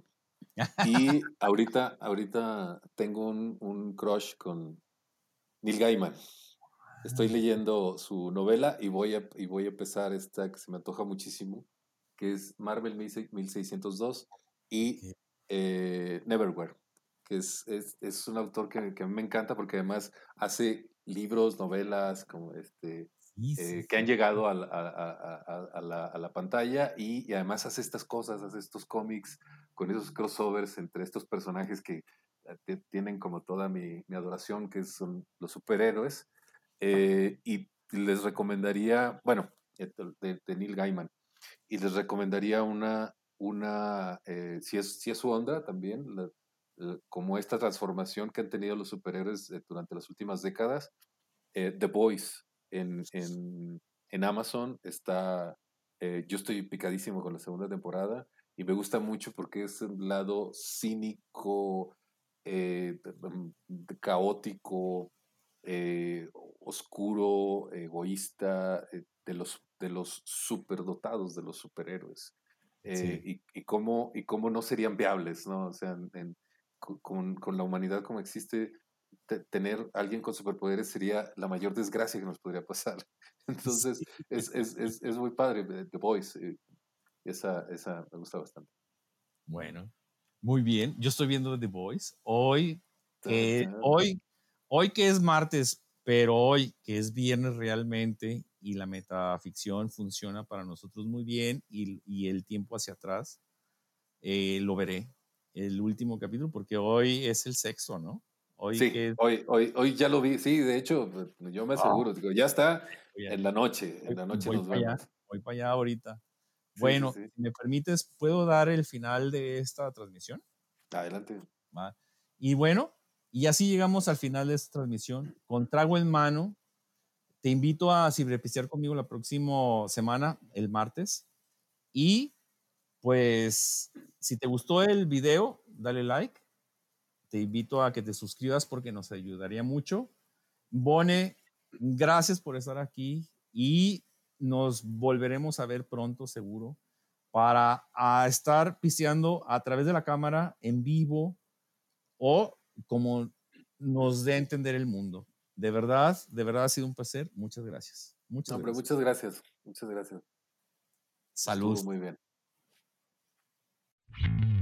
y ahorita, ahorita tengo un, un crush con Neil Gaiman. Estoy leyendo su novela y voy a, y voy a empezar esta que se me antoja muchísimo, que es Marvel mil seiscientos dos y Ok. eh, Neverwhere, que es, es, es un autor que, que a mí me encanta porque además hace libros, novelas, como este, Sí, sí, eh, que han sí. llegado a, la, a- a- a- a la, a la pantalla y, y además hace estas cosas, hace estos cómics con esos crossovers entre estos personajes que eh, te- tienen como toda mi, mi adoración, que son los superhéroes. Eh, y les recomendaría, bueno, eh, de, de Neil Gaiman, y les recomendaría una, una eh, si, es, si es su onda también, la- la- como esta transformación que han tenido los superhéroes eh, durante las últimas décadas. eh, The Boys en, en, en Amazon está, eh, yo estoy picadísimo con la segunda temporada y me gusta mucho porque es un lado cínico, eh, caótico, eh, oscuro, egoísta, eh, de los, de los superdotados, de los superhéroes. Eh, Sí. y, y, cómo, y cómo no serían viables, ¿no? O sea, en, en, con, con, la humanidad como existe, te, tener alguien con superpoderes sería la mayor desgracia que nos podría pasar. Entonces, Sí. es, es, es, es muy padre, The Voice. Eh, esa, esa me gusta bastante. Bueno, muy bien. Yo estoy viendo The Voice. Hoy Ta, que ta. hoy hoy que es martes, pero hoy que es viernes realmente y la metaficción funciona para nosotros muy bien y, y el tiempo hacia atrás, eh, lo veré el último capítulo porque hoy es el sexto, ¿no? Hoy Sí, que hoy, hoy, hoy ya lo vi. Sí, de hecho, pues, yo me ah, aseguro. Digo, ya está voy en la allá. noche. En Voy, la noche voy nos para allá, vemos. voy para allá ahorita. Sí, sí, Bueno, sí. si me permites, ¿puedo dar el final de esta transmisión? Adelante. ¿Va? Y bueno, y así llegamos al final de esta transmisión. Con trago en mano, te invito a ciberpistear conmigo la próxima semana, el martes. Y pues, si te gustó el video, dale like. Te invito a que te suscribas porque nos ayudaría mucho. Bone, gracias por estar aquí y nos volveremos a ver pronto, seguro, para a estar pisteando a través de la cámara en vivo o como nos dé a entender el mundo. De verdad, de verdad ha sido un placer. Muchas gracias. No, Muchas hombre, gracias. muchas gracias. Muchas gracias. Salud. Estuvo muy bien.